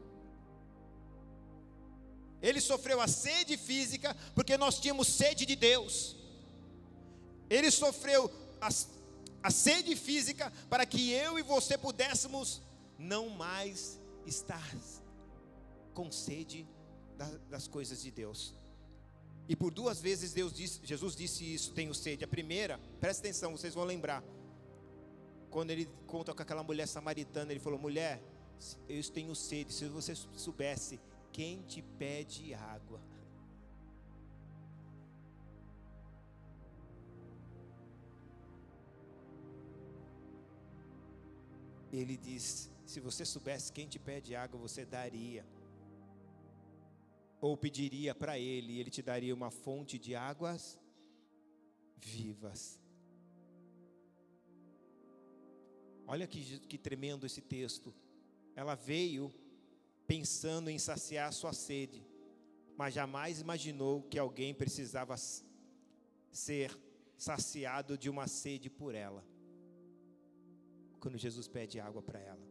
Speaker 1: Ele sofreu a sede física porque nós tínhamos sede de Deus. Ele sofreu a, a sede física para que eu e você pudéssemos não mais estar com sede das, das coisas de Deus. E por duas vezes Deus disse, Jesus disse isso, tenho sede. A primeira, presta atenção, vocês vão lembrar. Quando ele conta com aquela mulher samaritana, ele falou: mulher, eu tenho sede. Se você soubesse quem te pede água. Ele diz: se você soubesse quem te pede água, você daria. Ou pediria para ele, e ele te daria uma fonte de águas vivas. Olha que, que tremendo esse texto. Ela veio pensando em saciar a sua sede, mas jamais imaginou que alguém precisava ser saciado de uma sede por ela. Quando Jesus pede água para ela.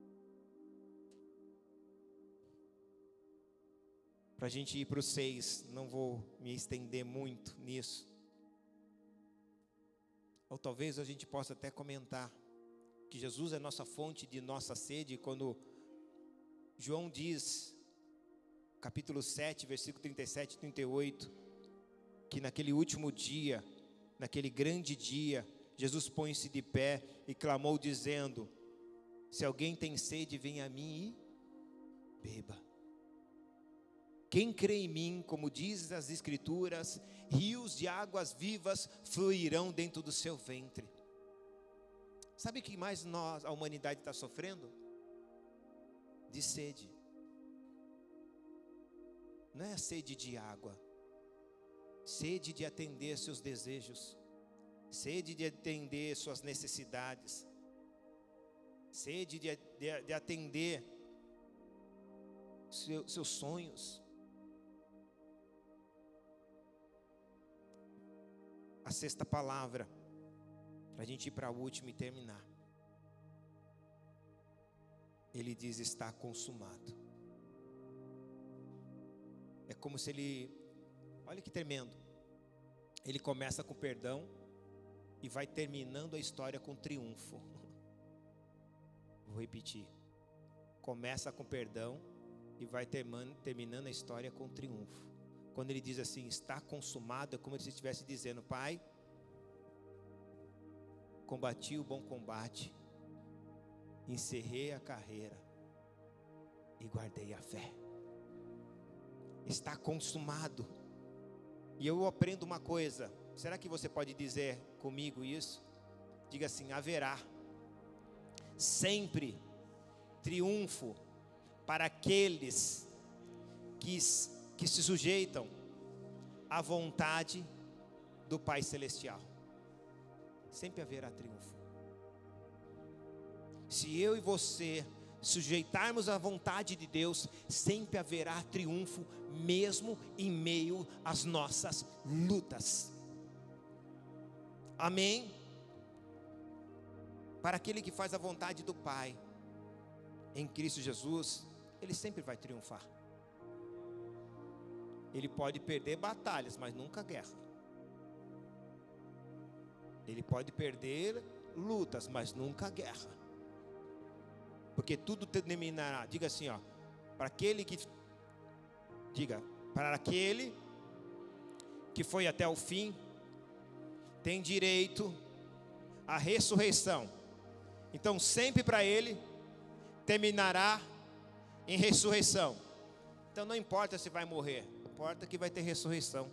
Speaker 1: Para a gente ir para os seis, não vou me estender muito nisso. Ou talvez a gente possa até comentar que Jesus é nossa fonte de nossa sede, quando João diz, capítulo sete, versículo trinta e sete e trinta e oito, que naquele último dia, naquele grande dia, Jesus põe-se de pé e clamou dizendo: se alguém tem sede, venha a mim e beba. Quem crê em mim, como diz as Escrituras, rios de águas vivas fluirão dentro do seu ventre. Sabe o que mais nós, a humanidade está sofrendo? De sede. Não é a sede de água, sede de atender seus desejos, sede de atender suas necessidades, sede de, de, de atender seu, seus sonhos. A sexta palavra, para a gente ir para a última e terminar. Ele diz: está consumado. É como se ele, olha que tremendo, ele começa com perdão e vai terminando a história com triunfo. Vou repetir. Começa com perdão e vai terminando a história com triunfo. Quando ele diz assim, está consumado, é como se ele estivesse dizendo: Pai, combati o bom combate, encerrei a carreira e guardei a fé. Está consumado. E eu aprendo uma coisa. Será que você pode dizer comigo isso? Diga assim: haverá sempre triunfo para aqueles que, que se sujeitam à vontade do Pai Celestial. Sempre haverá triunfo. Se eu e você sujeitarmos à vontade de Deus, sempre haverá triunfo, mesmo em meio às nossas lutas. Amém? Para aquele que faz a vontade do Pai, em Cristo Jesus, ele sempre vai triunfar. Ele pode perder batalhas, mas nunca guerra. Ele pode perder lutas, mas nunca guerra. Porque tudo terminará. Diga assim, ó, para aquele que diga, para aquele que foi até o fim, tem direito à ressurreição. Então sempre para ele terminará em ressurreição. Então não importa se vai morrer, importa que vai ter ressurreição.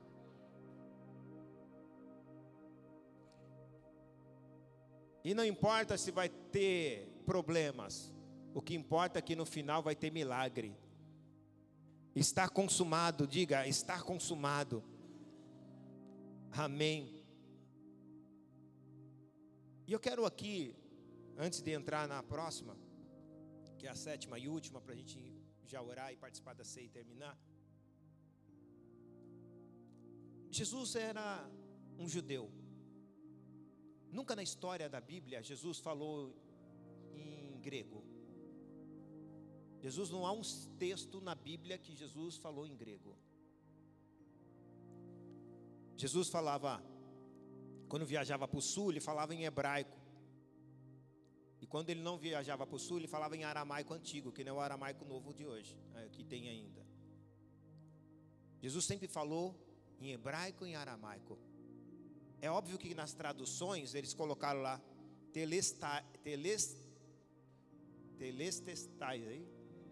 Speaker 1: E não importa se vai ter problemas, o que importa é que no final vai ter milagre. Está consumado, diga, está consumado. Amém. E eu quero aqui, antes de entrar na próxima, que é a sétima e última, para a gente já orar e participar da ceia e terminar. Jesus era um judeu. Nunca na história da Bíblia Jesus falou em grego. Jesus, não há um texto na Bíblia que Jesus falou em grego. Jesus falava, quando viajava para o sul, ele falava em hebraico. E quando ele não viajava para o sul, ele falava em aramaico antigo, que não é o aramaico novo de hoje, é, que tem ainda. Jesus sempre falou em hebraico e em aramaico. É óbvio que nas traduções eles colocaram lá telestai, teles, telestestais aí.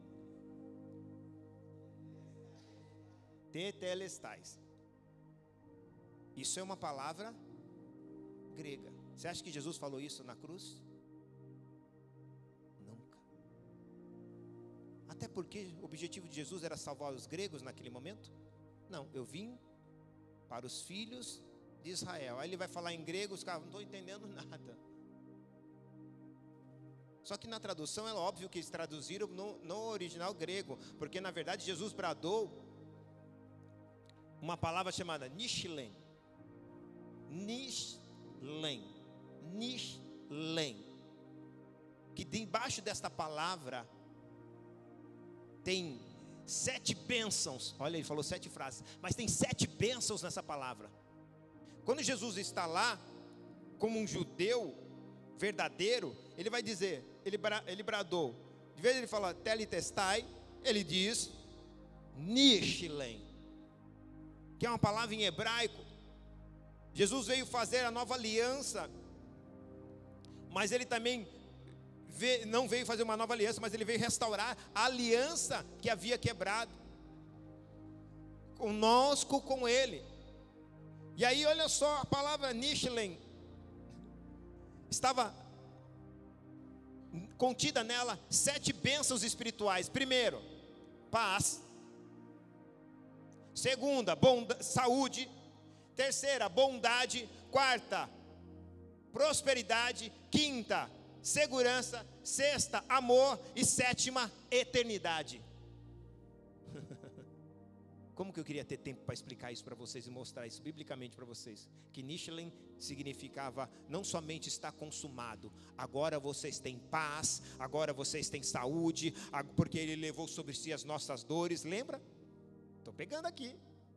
Speaker 1: Tetelestais. Isso é uma palavra grega. Você acha que Jesus falou isso na cruz? Nunca. Até porque o objetivo de Jesus era salvar os gregos naquele momento? Não, eu vim para os filhos de Israel. Aí ele vai falar em grego, os caras não estão entendendo nada. Só que na tradução é óbvio que eles traduziram no, no original grego, porque na verdade Jesus bradou uma palavra chamada Nishlen. Nishlen. Nishlen. Que debaixo desta palavra tem sete bênçãos. Olha, ele falou sete frases, mas tem sete bênçãos nessa palavra. Quando Jesus está lá, como um judeu verdadeiro, ele vai dizer, ele, ele bradou, de vez ele fala telitestai, ele diz Nishlen, que é uma palavra em hebraico. Jesus veio fazer a nova aliança, mas ele também veio, não veio fazer uma nova aliança, mas ele veio restaurar a aliança que havia quebrado, conosco, com ele. E aí olha só, a palavra Nishlen estava contida nela sete bênçãos espirituais. Primeiro, paz. Segunda, bonda, saúde. Terceira, bondade. Quarta, prosperidade. Quinta, segurança. Sexta, amor. E sétima, eternidade. Como que eu queria ter tempo para explicar isso para vocês e mostrar isso biblicamente para vocês? Que Nishlen significava não somente está consumado, agora vocês têm paz, agora vocês têm saúde, porque Ele levou sobre si as nossas dores, lembra? Estou pegando aqui.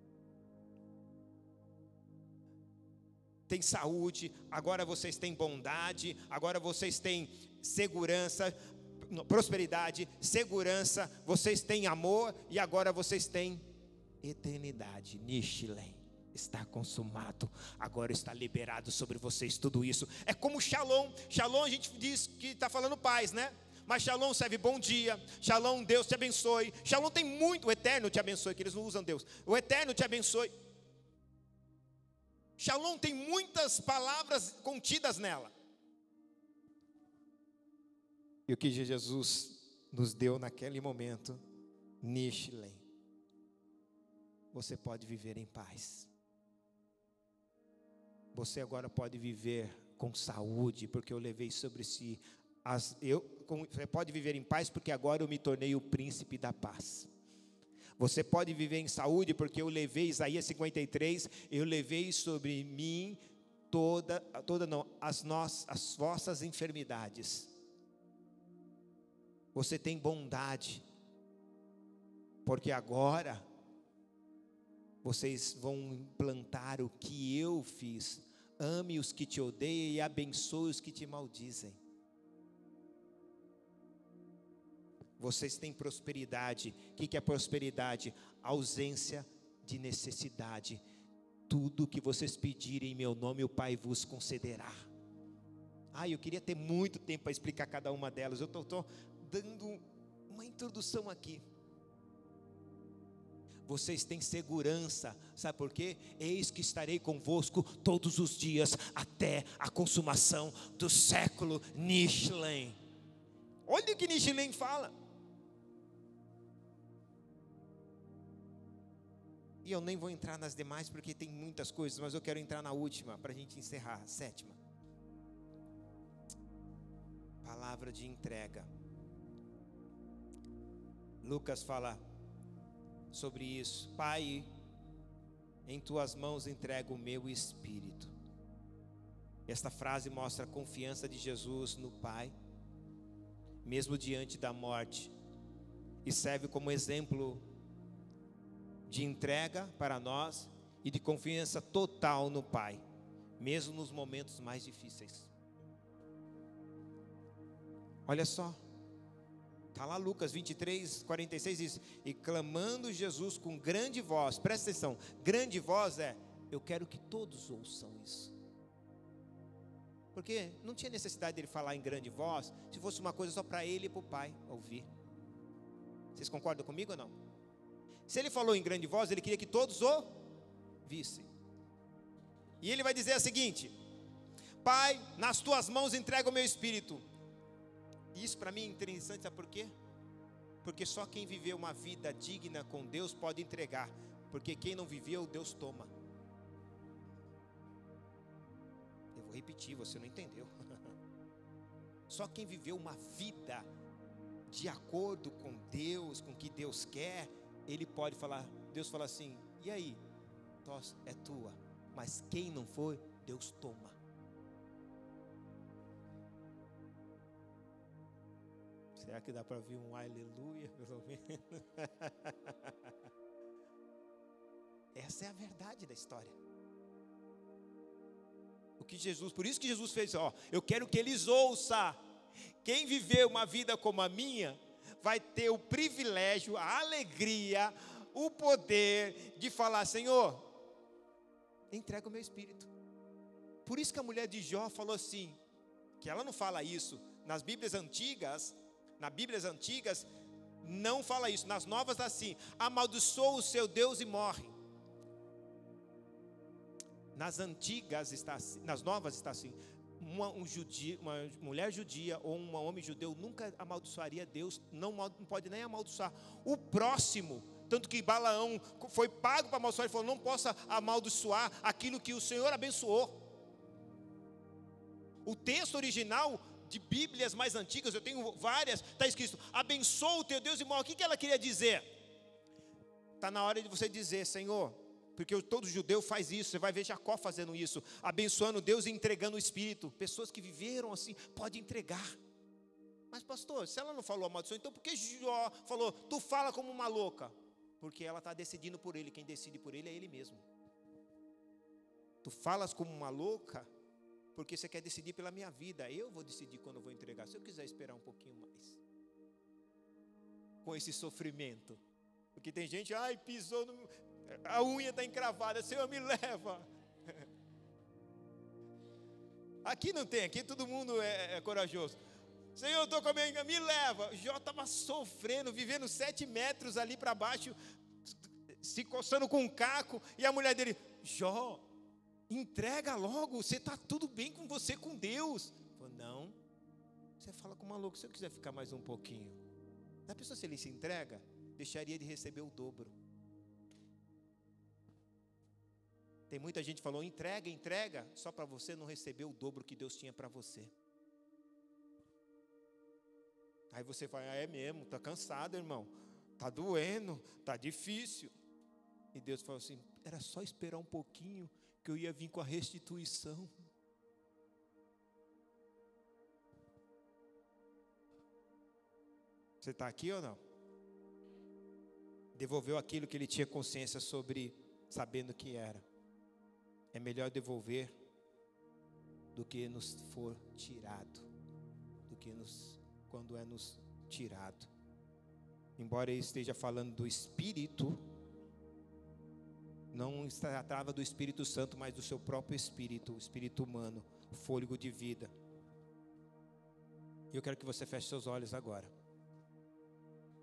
Speaker 1: Tem saúde, agora vocês têm bondade, agora vocês têm segurança, prosperidade, segurança, vocês têm amor e agora vocês têm eternidade. Nishlen, está consumado, agora está liberado sobre vocês tudo isso. É como Shalom. Shalom a gente diz que está falando paz, né? Mas Shalom serve bom dia. Shalom, Deus te abençoe. Shalom tem muito, o eterno te abençoe, que eles não usam Deus. O eterno te abençoe. Shalom tem muitas palavras contidas nela. E o que Jesus nos deu naquele momento, Nishlen, você pode viver em paz. Você agora pode viver com saúde, porque eu levei sobre si as, eu, com, você pode viver em paz, porque agora eu me tornei o príncipe da paz. Você pode viver em saúde, porque eu levei, Isaías cinquenta e três, eu levei sobre mim toda, toda não, as, nossas, as vossas enfermidades. Você tem bondade, porque agora vocês vão implantar o que eu fiz. Ame os que te odeiam e abençoe os que te maldizem. Vocês têm prosperidade. O que é prosperidade? Ausência de necessidade. Tudo que vocês pedirem em meu nome, o Pai vos concederá. Ah, eu queria ter muito tempo para explicar cada uma delas. Eu estou dando uma introdução aqui. Vocês têm segurança, sabe por quê? Eis que estarei convosco todos os dias, até a consumação do século. Nishlem. Olha o que Nishlem fala. E eu nem vou entrar nas demais, porque tem muitas coisas, mas eu quero entrar na última, para a gente encerrar, a sétima. Palavra de entrega. Lucas fala sobre isso. Pai, em tuas mãos entrego o meu espírito. Esta frase mostra a confiança de Jesus no Pai, mesmo diante da morte, e serve como exemplo de entrega para nós e de confiança total no Pai, mesmo nos momentos mais difíceis. Olha só. Está lá Lucas vinte e três, quarenta e seis, diz: e clamando Jesus com grande voz, presta atenção, grande voz é, eu quero que todos ouçam isso. Porque não tinha necessidade dele falar em grande voz, se fosse uma coisa só para ele e para o Pai ouvir. Vocês concordam comigo ou não? Se ele falou em grande voz, ele queria que todos ouvissem. E ele vai dizer a seguinte: Pai, nas tuas mãos entrego o meu espírito. Isso para mim é interessante, sabe por quê? Porque só quem viveu uma vida digna com Deus pode entregar. Porque quem não viveu, Deus toma. Eu vou repetir, você não entendeu. Só quem viveu uma vida de acordo com Deus, com o que Deus quer, ele pode falar. Deus fala assim: e aí? É tua. Mas quem não foi, Deus toma. Será que dá para ouvir um aleluia, pelo menos? Essa é a verdade da história. O que Jesus, por isso que Jesus fez, ó, eu quero que eles ouçam. Quem viver uma vida como a minha, vai ter o privilégio, a alegria, o poder de falar: Senhor, entrega o meu espírito. Por isso que a mulher de Jó falou assim, que ela não fala isso nas Bíblias antigas. Nas Bíblias antigas não fala isso, nas novas assim: amaldiçoa o seu Deus e morre. Nas antigas está assim, nas novas está assim: uma, um judia, uma mulher judia ou um homem judeu nunca amaldiçoaria Deus, não, não pode nem amaldiçoar o próximo. Tanto que Balaão foi pago para amaldiçoar, ele falou: não possa amaldiçoar aquilo que o Senhor abençoou. O texto original de Bíblias mais antigas, eu tenho várias, está escrito: abençoa o teu Deus e morre. O que, que ela queria dizer? Está na hora de você dizer: Senhor, porque todo judeu faz isso, você vai ver Jacó fazendo isso, abençoando Deus e entregando o Espírito. Pessoas que viveram assim, pode entregar. Mas pastor, se ela não falou amaldiçoa, então por que Jó falou, tu fala como uma louca? Porque ela está decidindo por ele, quem decide por ele é ele mesmo. Tu falas como uma louca, porque você quer decidir pela minha vida. Eu vou decidir quando eu vou entregar, se eu quiser esperar um pouquinho mais. Com esse sofrimento. Porque tem gente, ai, pisou, no, a unha está encravada, Senhor, me leva. Aqui não tem, aqui todo mundo é, é corajoso. Senhor, eu estou com a minha unha, me leva. Jó estava sofrendo, vivendo sete metros ali para baixo, se coçando com um caco, e a mulher dele, Jó, entrega logo, você está tudo bem com você, com Deus. Ele falou, não, você fala com o maluco, se eu quiser ficar mais um pouquinho. A pessoa, se ele se entrega, deixaria de receber o dobro. Tem muita gente que falou, entrega, entrega, só para você não receber o dobro que Deus tinha para você. Aí você vai, ah, é mesmo, está cansado, irmão, está doendo, está difícil. E Deus falou assim, era só esperar um pouquinho, que eu ia vir com a restituição. Você está aqui ou não? Devolveu aquilo que ele tinha consciência sobre, sabendo que era. É melhor devolver do que nos for tirado, do que nos, quando é nos tirado. Embora ele esteja falando do Espírito, não se tratava do Espírito Santo, mas do seu próprio Espírito, o Espírito humano, o fôlego de vida. E eu quero que você feche seus olhos agora.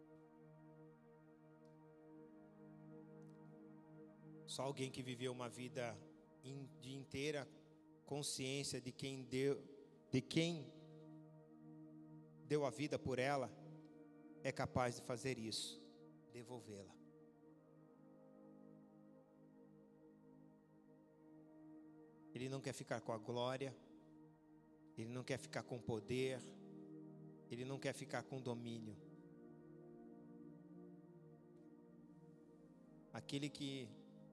Speaker 2: Só alguém que viveu uma vida de inteira consciência de quem deu, de quem deu a vida por ela, é capaz de fazer isso, devolvê-la. Ele não quer ficar com a glória, ele não quer ficar com poder, ele não quer ficar com domínio. Aquele que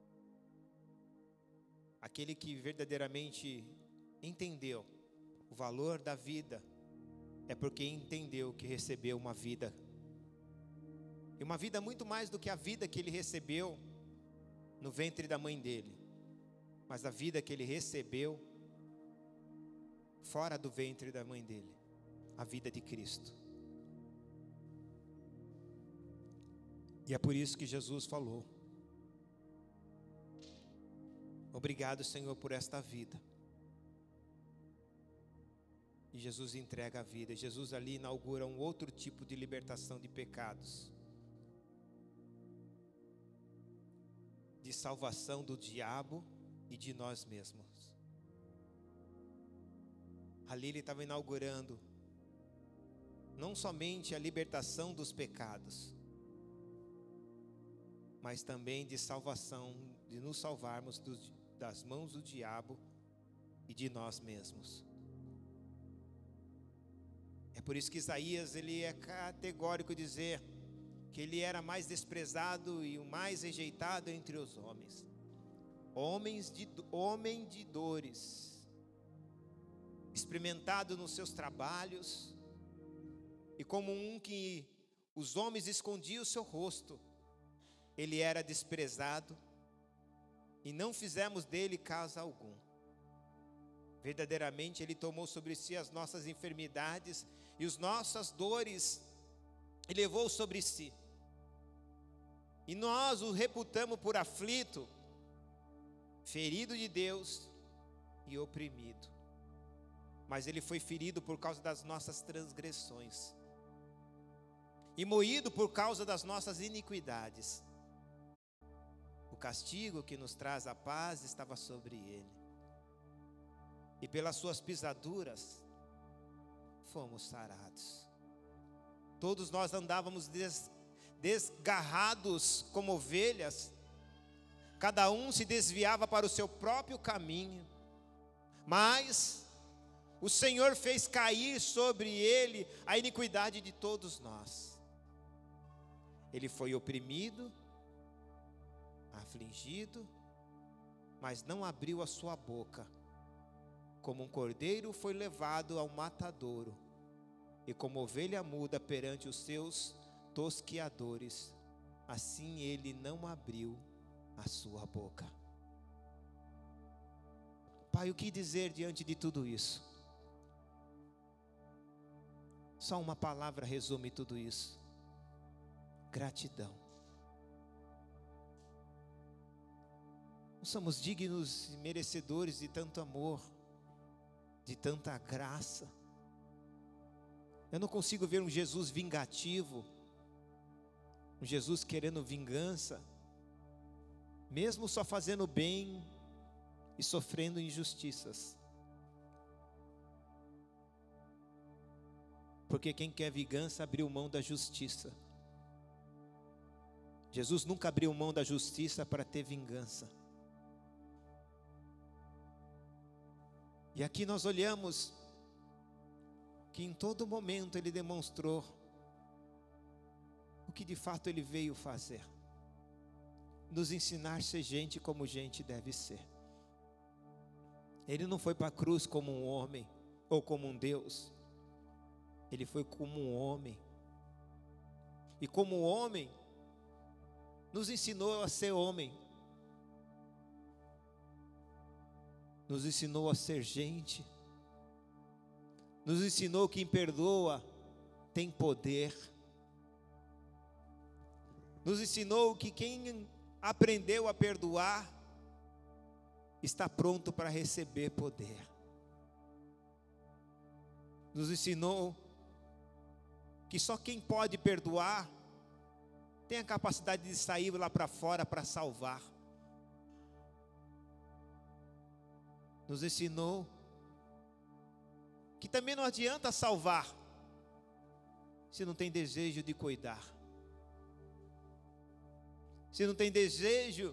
Speaker 2: Aquele que verdadeiramente entendeu o valor da vida, é porque entendeu que recebeu uma vida. E uma vida muito mais do que a vida que ele recebeu no ventre da mãe dele. Mas a vida que ele recebeu fora do ventre da mãe dele. A vida de Cristo. E é por isso que Jesus falou: obrigado, Senhor, por esta vida. E Jesus entrega a vida. Jesus ali inaugura um outro tipo de libertação de pecados, de salvação do diabo e de nós mesmos. Ali ele estava inaugurando não somente a libertação dos pecados, mas também de salvação, de nos salvarmos do, das mãos do diabo e de nós mesmos. É por isso que Isaías ele é categórico dizer que ele era mais desprezado e o mais rejeitado entre os homens. Homens de, homem de dores, experimentado nos seus trabalhos, e como um que os homens escondiam o seu rosto, ele era desprezado, e não fizemos dele caso algum. Verdadeiramente ele tomou sobre si as nossas enfermidades e as nossas dores, e levou sobre si. E nós o reputamos por aflito, ferido de Deus e oprimido. Mas ele foi ferido por causa das nossas transgressões, e moído por causa das nossas iniquidades. O castigo que nos traz a paz estava sobre ele, e pelas suas pisaduras fomos sarados. Todos nós andávamos des, desgarrados como ovelhas, cada um se desviava para o seu próprio caminho, mas o Senhor fez cair sobre ele a iniquidade de todos nós. Ele foi oprimido, afligido, mas não abriu a sua boca. Como um cordeiro foi levado ao matadouro, e como ovelha muda perante os seus tosquiadores, assim ele não abriu a sua boca. Pai, o que dizer diante de tudo isso? Só uma palavra resume tudo isso: gratidão. Não somos dignos e merecedores de tanto amor, de tanta graça. Eu não consigo ver um Jesus vingativo, um Jesus querendo vingança, mesmo só fazendo bem e sofrendo injustiças. Porque quem quer vingança abriu mão da justiça. Jesus nunca abriu mão da justiça para ter vingança. E aqui nós olhamos que em todo momento ele demonstrou o que de fato ele veio fazer: nos ensinar a ser gente como gente deve ser. Ele não foi para a cruz como um homem ou como um Deus, ele foi como um homem, e como homem nos ensinou a ser homem, nos ensinou a ser gente, nos ensinou que quem perdoa tem poder, nos ensinou que quem aprendeu a perdoar está pronto para receber poder, nos ensinou que só quem pode perdoar tem a capacidade de sair lá para fora para salvar.
Speaker 1: nos ensinou que também não adianta salvar se não tem desejo de cuidar, se não tem desejo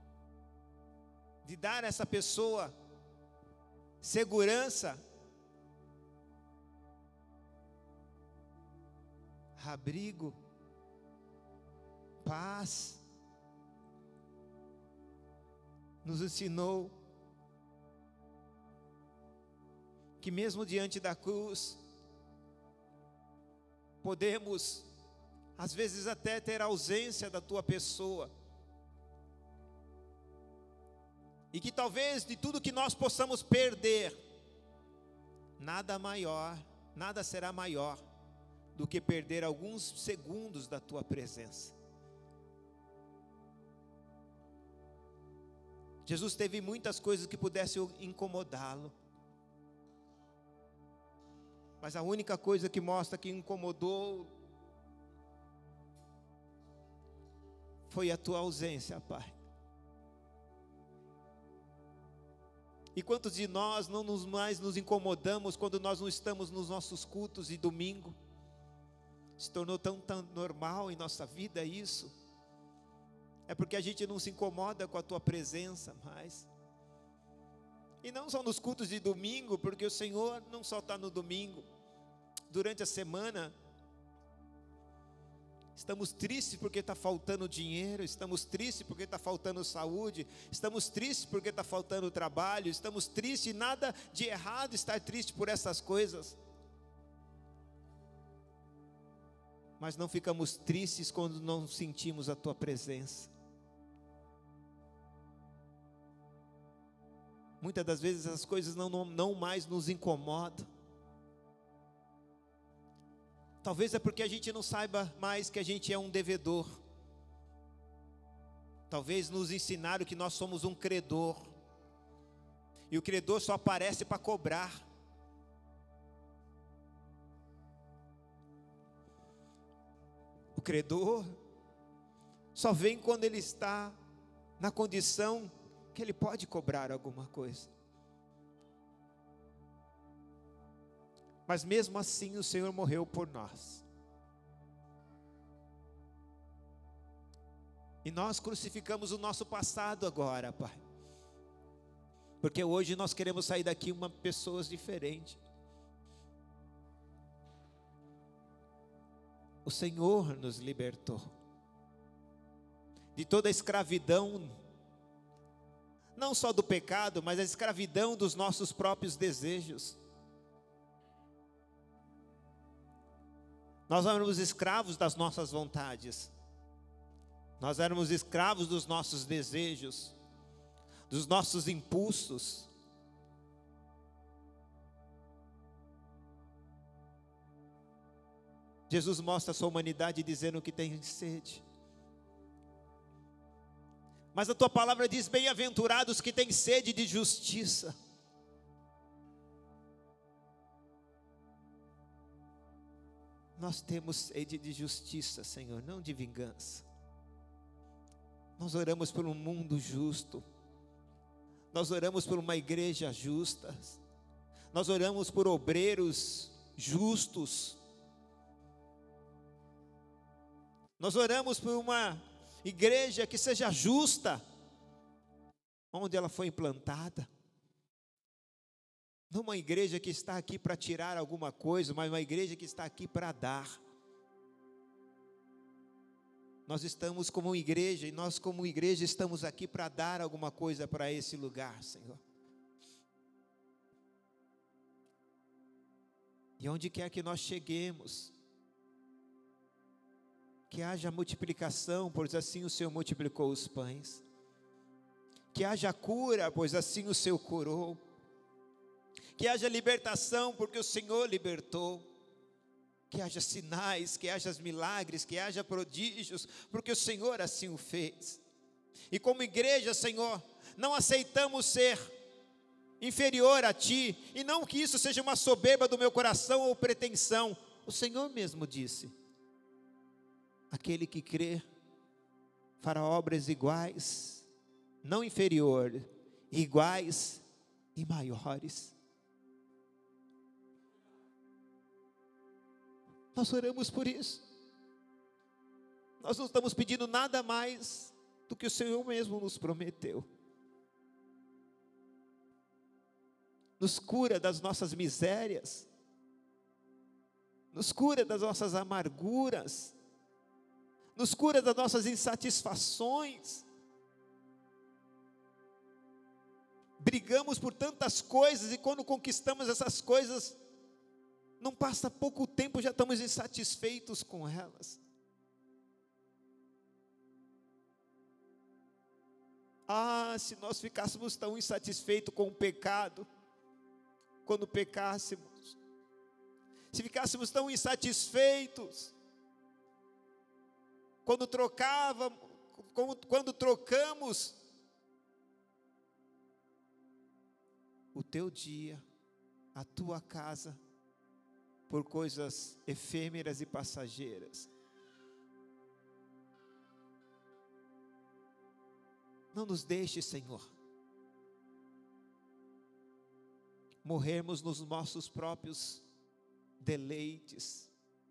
Speaker 1: de dar a essa pessoa segurança, abrigo, paz. Nos ensinou que mesmo diante da cruz, podemos, às vezes até ter ausência da tua pessoa, e que talvez de tudo que nós possamos perder, nada maior, nada será maior do que perder alguns segundos da tua presença. Jesus teve muitas coisas que pudessem incomodá-lo, mas a única coisa que mostra que incomodou foi a tua ausência, Pai. E quantos de nós não nos mais nos incomodamos quando nós não estamos nos nossos cultos de domingo? Se tornou tão, tão normal em nossa vida isso. É porque a gente não se incomoda com a tua presença mais. E não só nos cultos de domingo, porque o Senhor não só está no domingo. Durante a semana, estamos tristes porque está faltando dinheiro, estamos tristes porque está faltando saúde, estamos tristes porque está faltando trabalho, estamos tristes, e nada de errado estar triste por essas coisas. Mas não ficamos tristes quando não sentimos a tua presença. Muitas das vezes as coisas não, não, não mais nos incomodam. Talvez é porque a gente não saiba mais que a gente é um devedor. Talvez nos ensinaram que nós somos um credor. E o credor só aparece para cobrar. O credor só vem quando ele está na condição que ele pode cobrar alguma coisa. Mas mesmo assim o Senhor morreu por nós. E nós crucificamos o nosso passado agora, Pai. Porque hoje nós queremos sair daqui uma pessoas diferentes. O Senhor nos libertou de toda a escravidão, não só do pecado, mas a escravidão dos nossos próprios desejos. Nós éramos escravos das nossas vontades, nós éramos escravos dos nossos desejos, dos nossos impulsos. Jesus mostra a sua humanidade dizendo que tem sede. Mas a tua palavra diz: bem-aventurados que têm sede de justiça. Nós temos sede de justiça, Senhor, não de vingança. Nós oramos por um mundo justo. Nós oramos por uma igreja justa. Nós oramos por obreiros justos. Nós oramos por uma igreja que seja justa, onde ela foi implantada. Não uma igreja que está aqui para tirar alguma coisa, mas uma igreja que está aqui para dar. Nós estamos como igreja, e nós como igreja estamos aqui para dar alguma coisa para esse lugar, Senhor. E onde quer que nós cheguemos, que haja multiplicação, pois assim o Senhor multiplicou os pães. Que haja cura, pois assim o Senhor curou. Que haja libertação, porque o Senhor libertou. Que haja sinais, que haja milagres, que haja prodígios, porque o Senhor assim o fez. E como igreja, Senhor, não aceitamos ser inferior a Ti, e não que isso seja uma soberba do meu coração ou pretensão. O Senhor mesmo disse: aquele que crê fará obras iguais, não inferior, iguais e maiores. Nós oramos por isso. Nós não estamos pedindo nada mais do que o Senhor mesmo nos prometeu. Nos cura das nossas misérias, nos cura das nossas amarguras, nos cura das nossas insatisfações. Brigamos por tantas coisas e quando conquistamos essas coisas, não passa pouco tempo, já estamos insatisfeitos com elas. Ah, se nós ficássemos tão insatisfeitos com o pecado, quando pecássemos, se ficássemos tão insatisfeitos, quando trocávamos, quando trocamos o teu dia, a tua casa, por coisas efêmeras e passageiras. Não nos deixe, Senhor, morrermos nos nossos próprios deleites.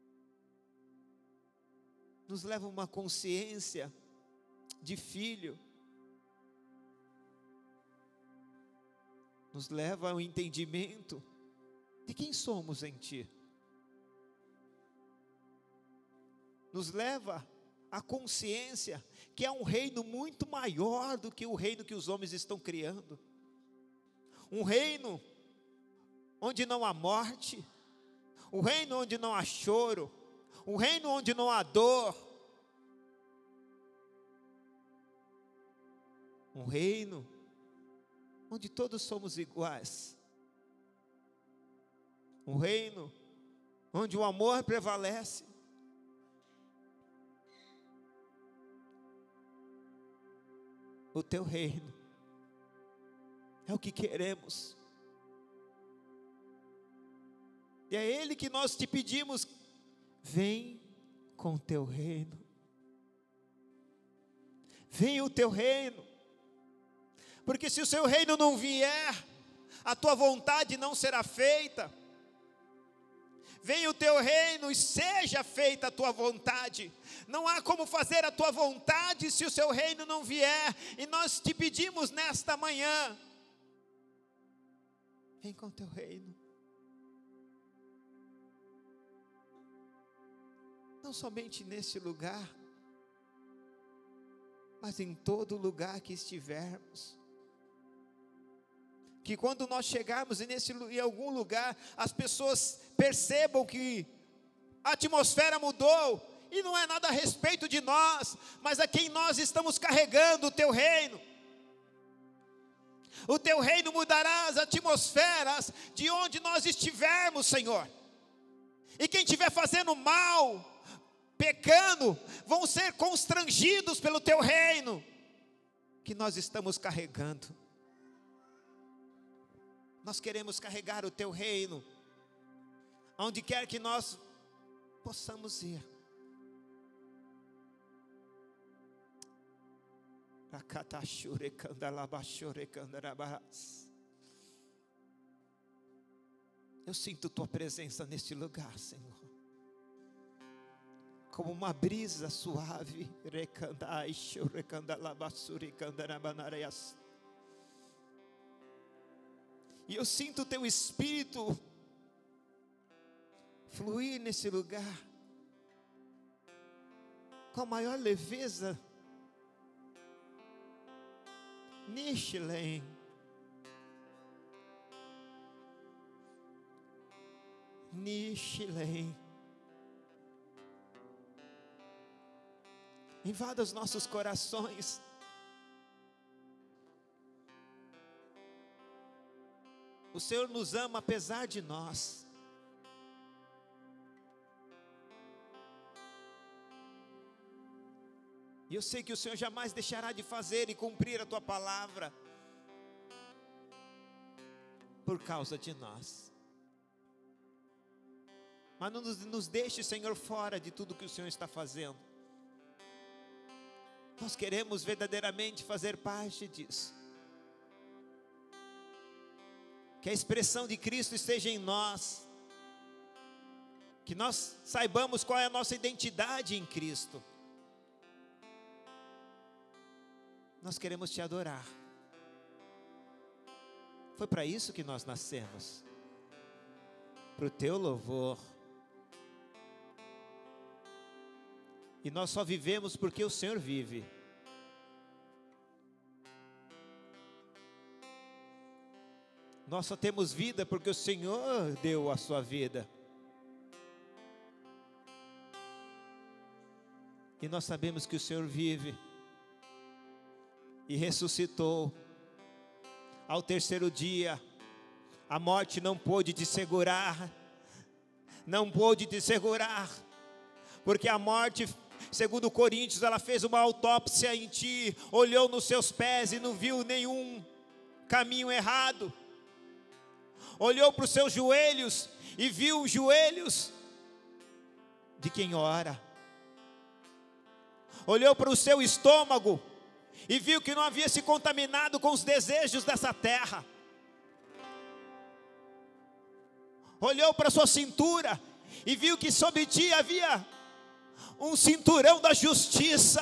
Speaker 1: Nos leva uma consciência de filho, nos leva ao entendimento de quem somos em Ti, nos leva à consciência que é um reino muito maior do que o reino que os homens estão criando, um reino onde não há morte, um reino onde não há choro, um reino onde não há dor, um reino onde todos somos iguais, um reino onde o amor prevalece. O teu reino é o que queremos, e é Ele que nós te pedimos: vem com o teu reino, vem o teu reino, porque se o seu reino não vier, a tua vontade não será feita. Venha o teu reino e seja feita a tua vontade. Não há como fazer a tua vontade se o seu reino não vier. E nós te pedimos nesta manhã: vem com o teu reino. Não somente nesse lugar, mas em todo lugar que estivermos. Que quando nós chegarmos nesse, em algum lugar, as pessoas percebam que a atmosfera mudou, e não é nada a respeito de nós, mas a quem nós estamos carregando, o teu reino. O teu reino mudará as atmosferas de onde nós estivermos, Senhor. E quem estiver fazendo mal, pecando, vão ser constrangidos pelo teu reino, que nós estamos carregando. Nós queremos carregar o teu reino, aonde quer que nós possamos ir. Eu sinto tua presença neste lugar, Senhor, como uma brisa suave. E eu sinto o teu Espírito fluir nesse lugar com a maior leveza. Nishlen, Nishlen, invada os nossos corações. O Senhor nos ama apesar de nós. E eu sei que o Senhor jamais deixará de fazer e cumprir a tua palavra por causa de nós. Mas não nos, nos deixe, Senhor, fora de tudo que o Senhor está fazendo. Nós queremos verdadeiramente fazer parte disso. Que a expressão de Cristo esteja em nós. Que nós saibamos qual é a nossa identidade em Cristo. Nós queremos te adorar. Foi para isso que nós nascemos. Para o teu louvor. E nós só vivemos porque o Senhor vive. Nós só temos vida porque o Senhor deu a sua vida. E nós sabemos que o Senhor vive. E ressuscitou. Ao terceiro dia, a morte não pôde te segurar. Não pôde te segurar. Porque a morte, segundo Coríntios, ela fez uma autópsia em ti. Olhou nos seus pés e não viu nenhum caminho errado. Olhou para os seus joelhos e viu os joelhos de quem ora. Olhou para o seu estômago e viu que não havia se contaminado com os desejos dessa terra. Olhou para a sua cintura e viu que sobre ti havia um cinturão da justiça.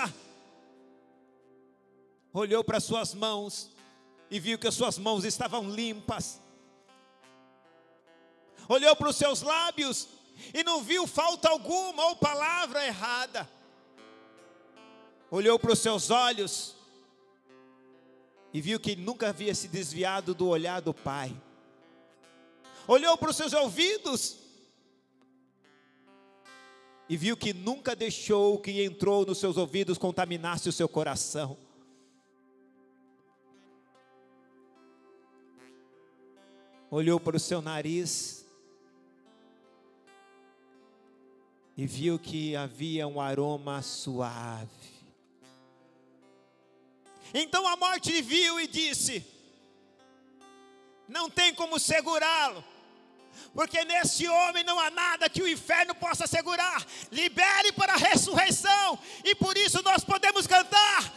Speaker 1: Olhou para as suas mãos e viu que as suas mãos estavam limpas. Olhou para os seus lábios e não viu falta alguma ou palavra errada. Olhou para os seus olhos e viu que nunca havia se desviado do olhar do Pai. Olhou para os seus ouvidos e viu que nunca deixou o que entrou nos seus ouvidos contaminasse o seu coração. Olhou para o seu nariz e viu que havia um aroma suave. Então a morte viu e disse: não tem como segurá-lo, porque nesse homem não há nada que o inferno possa segurar. Libere para a ressurreição. E por isso nós podemos cantar: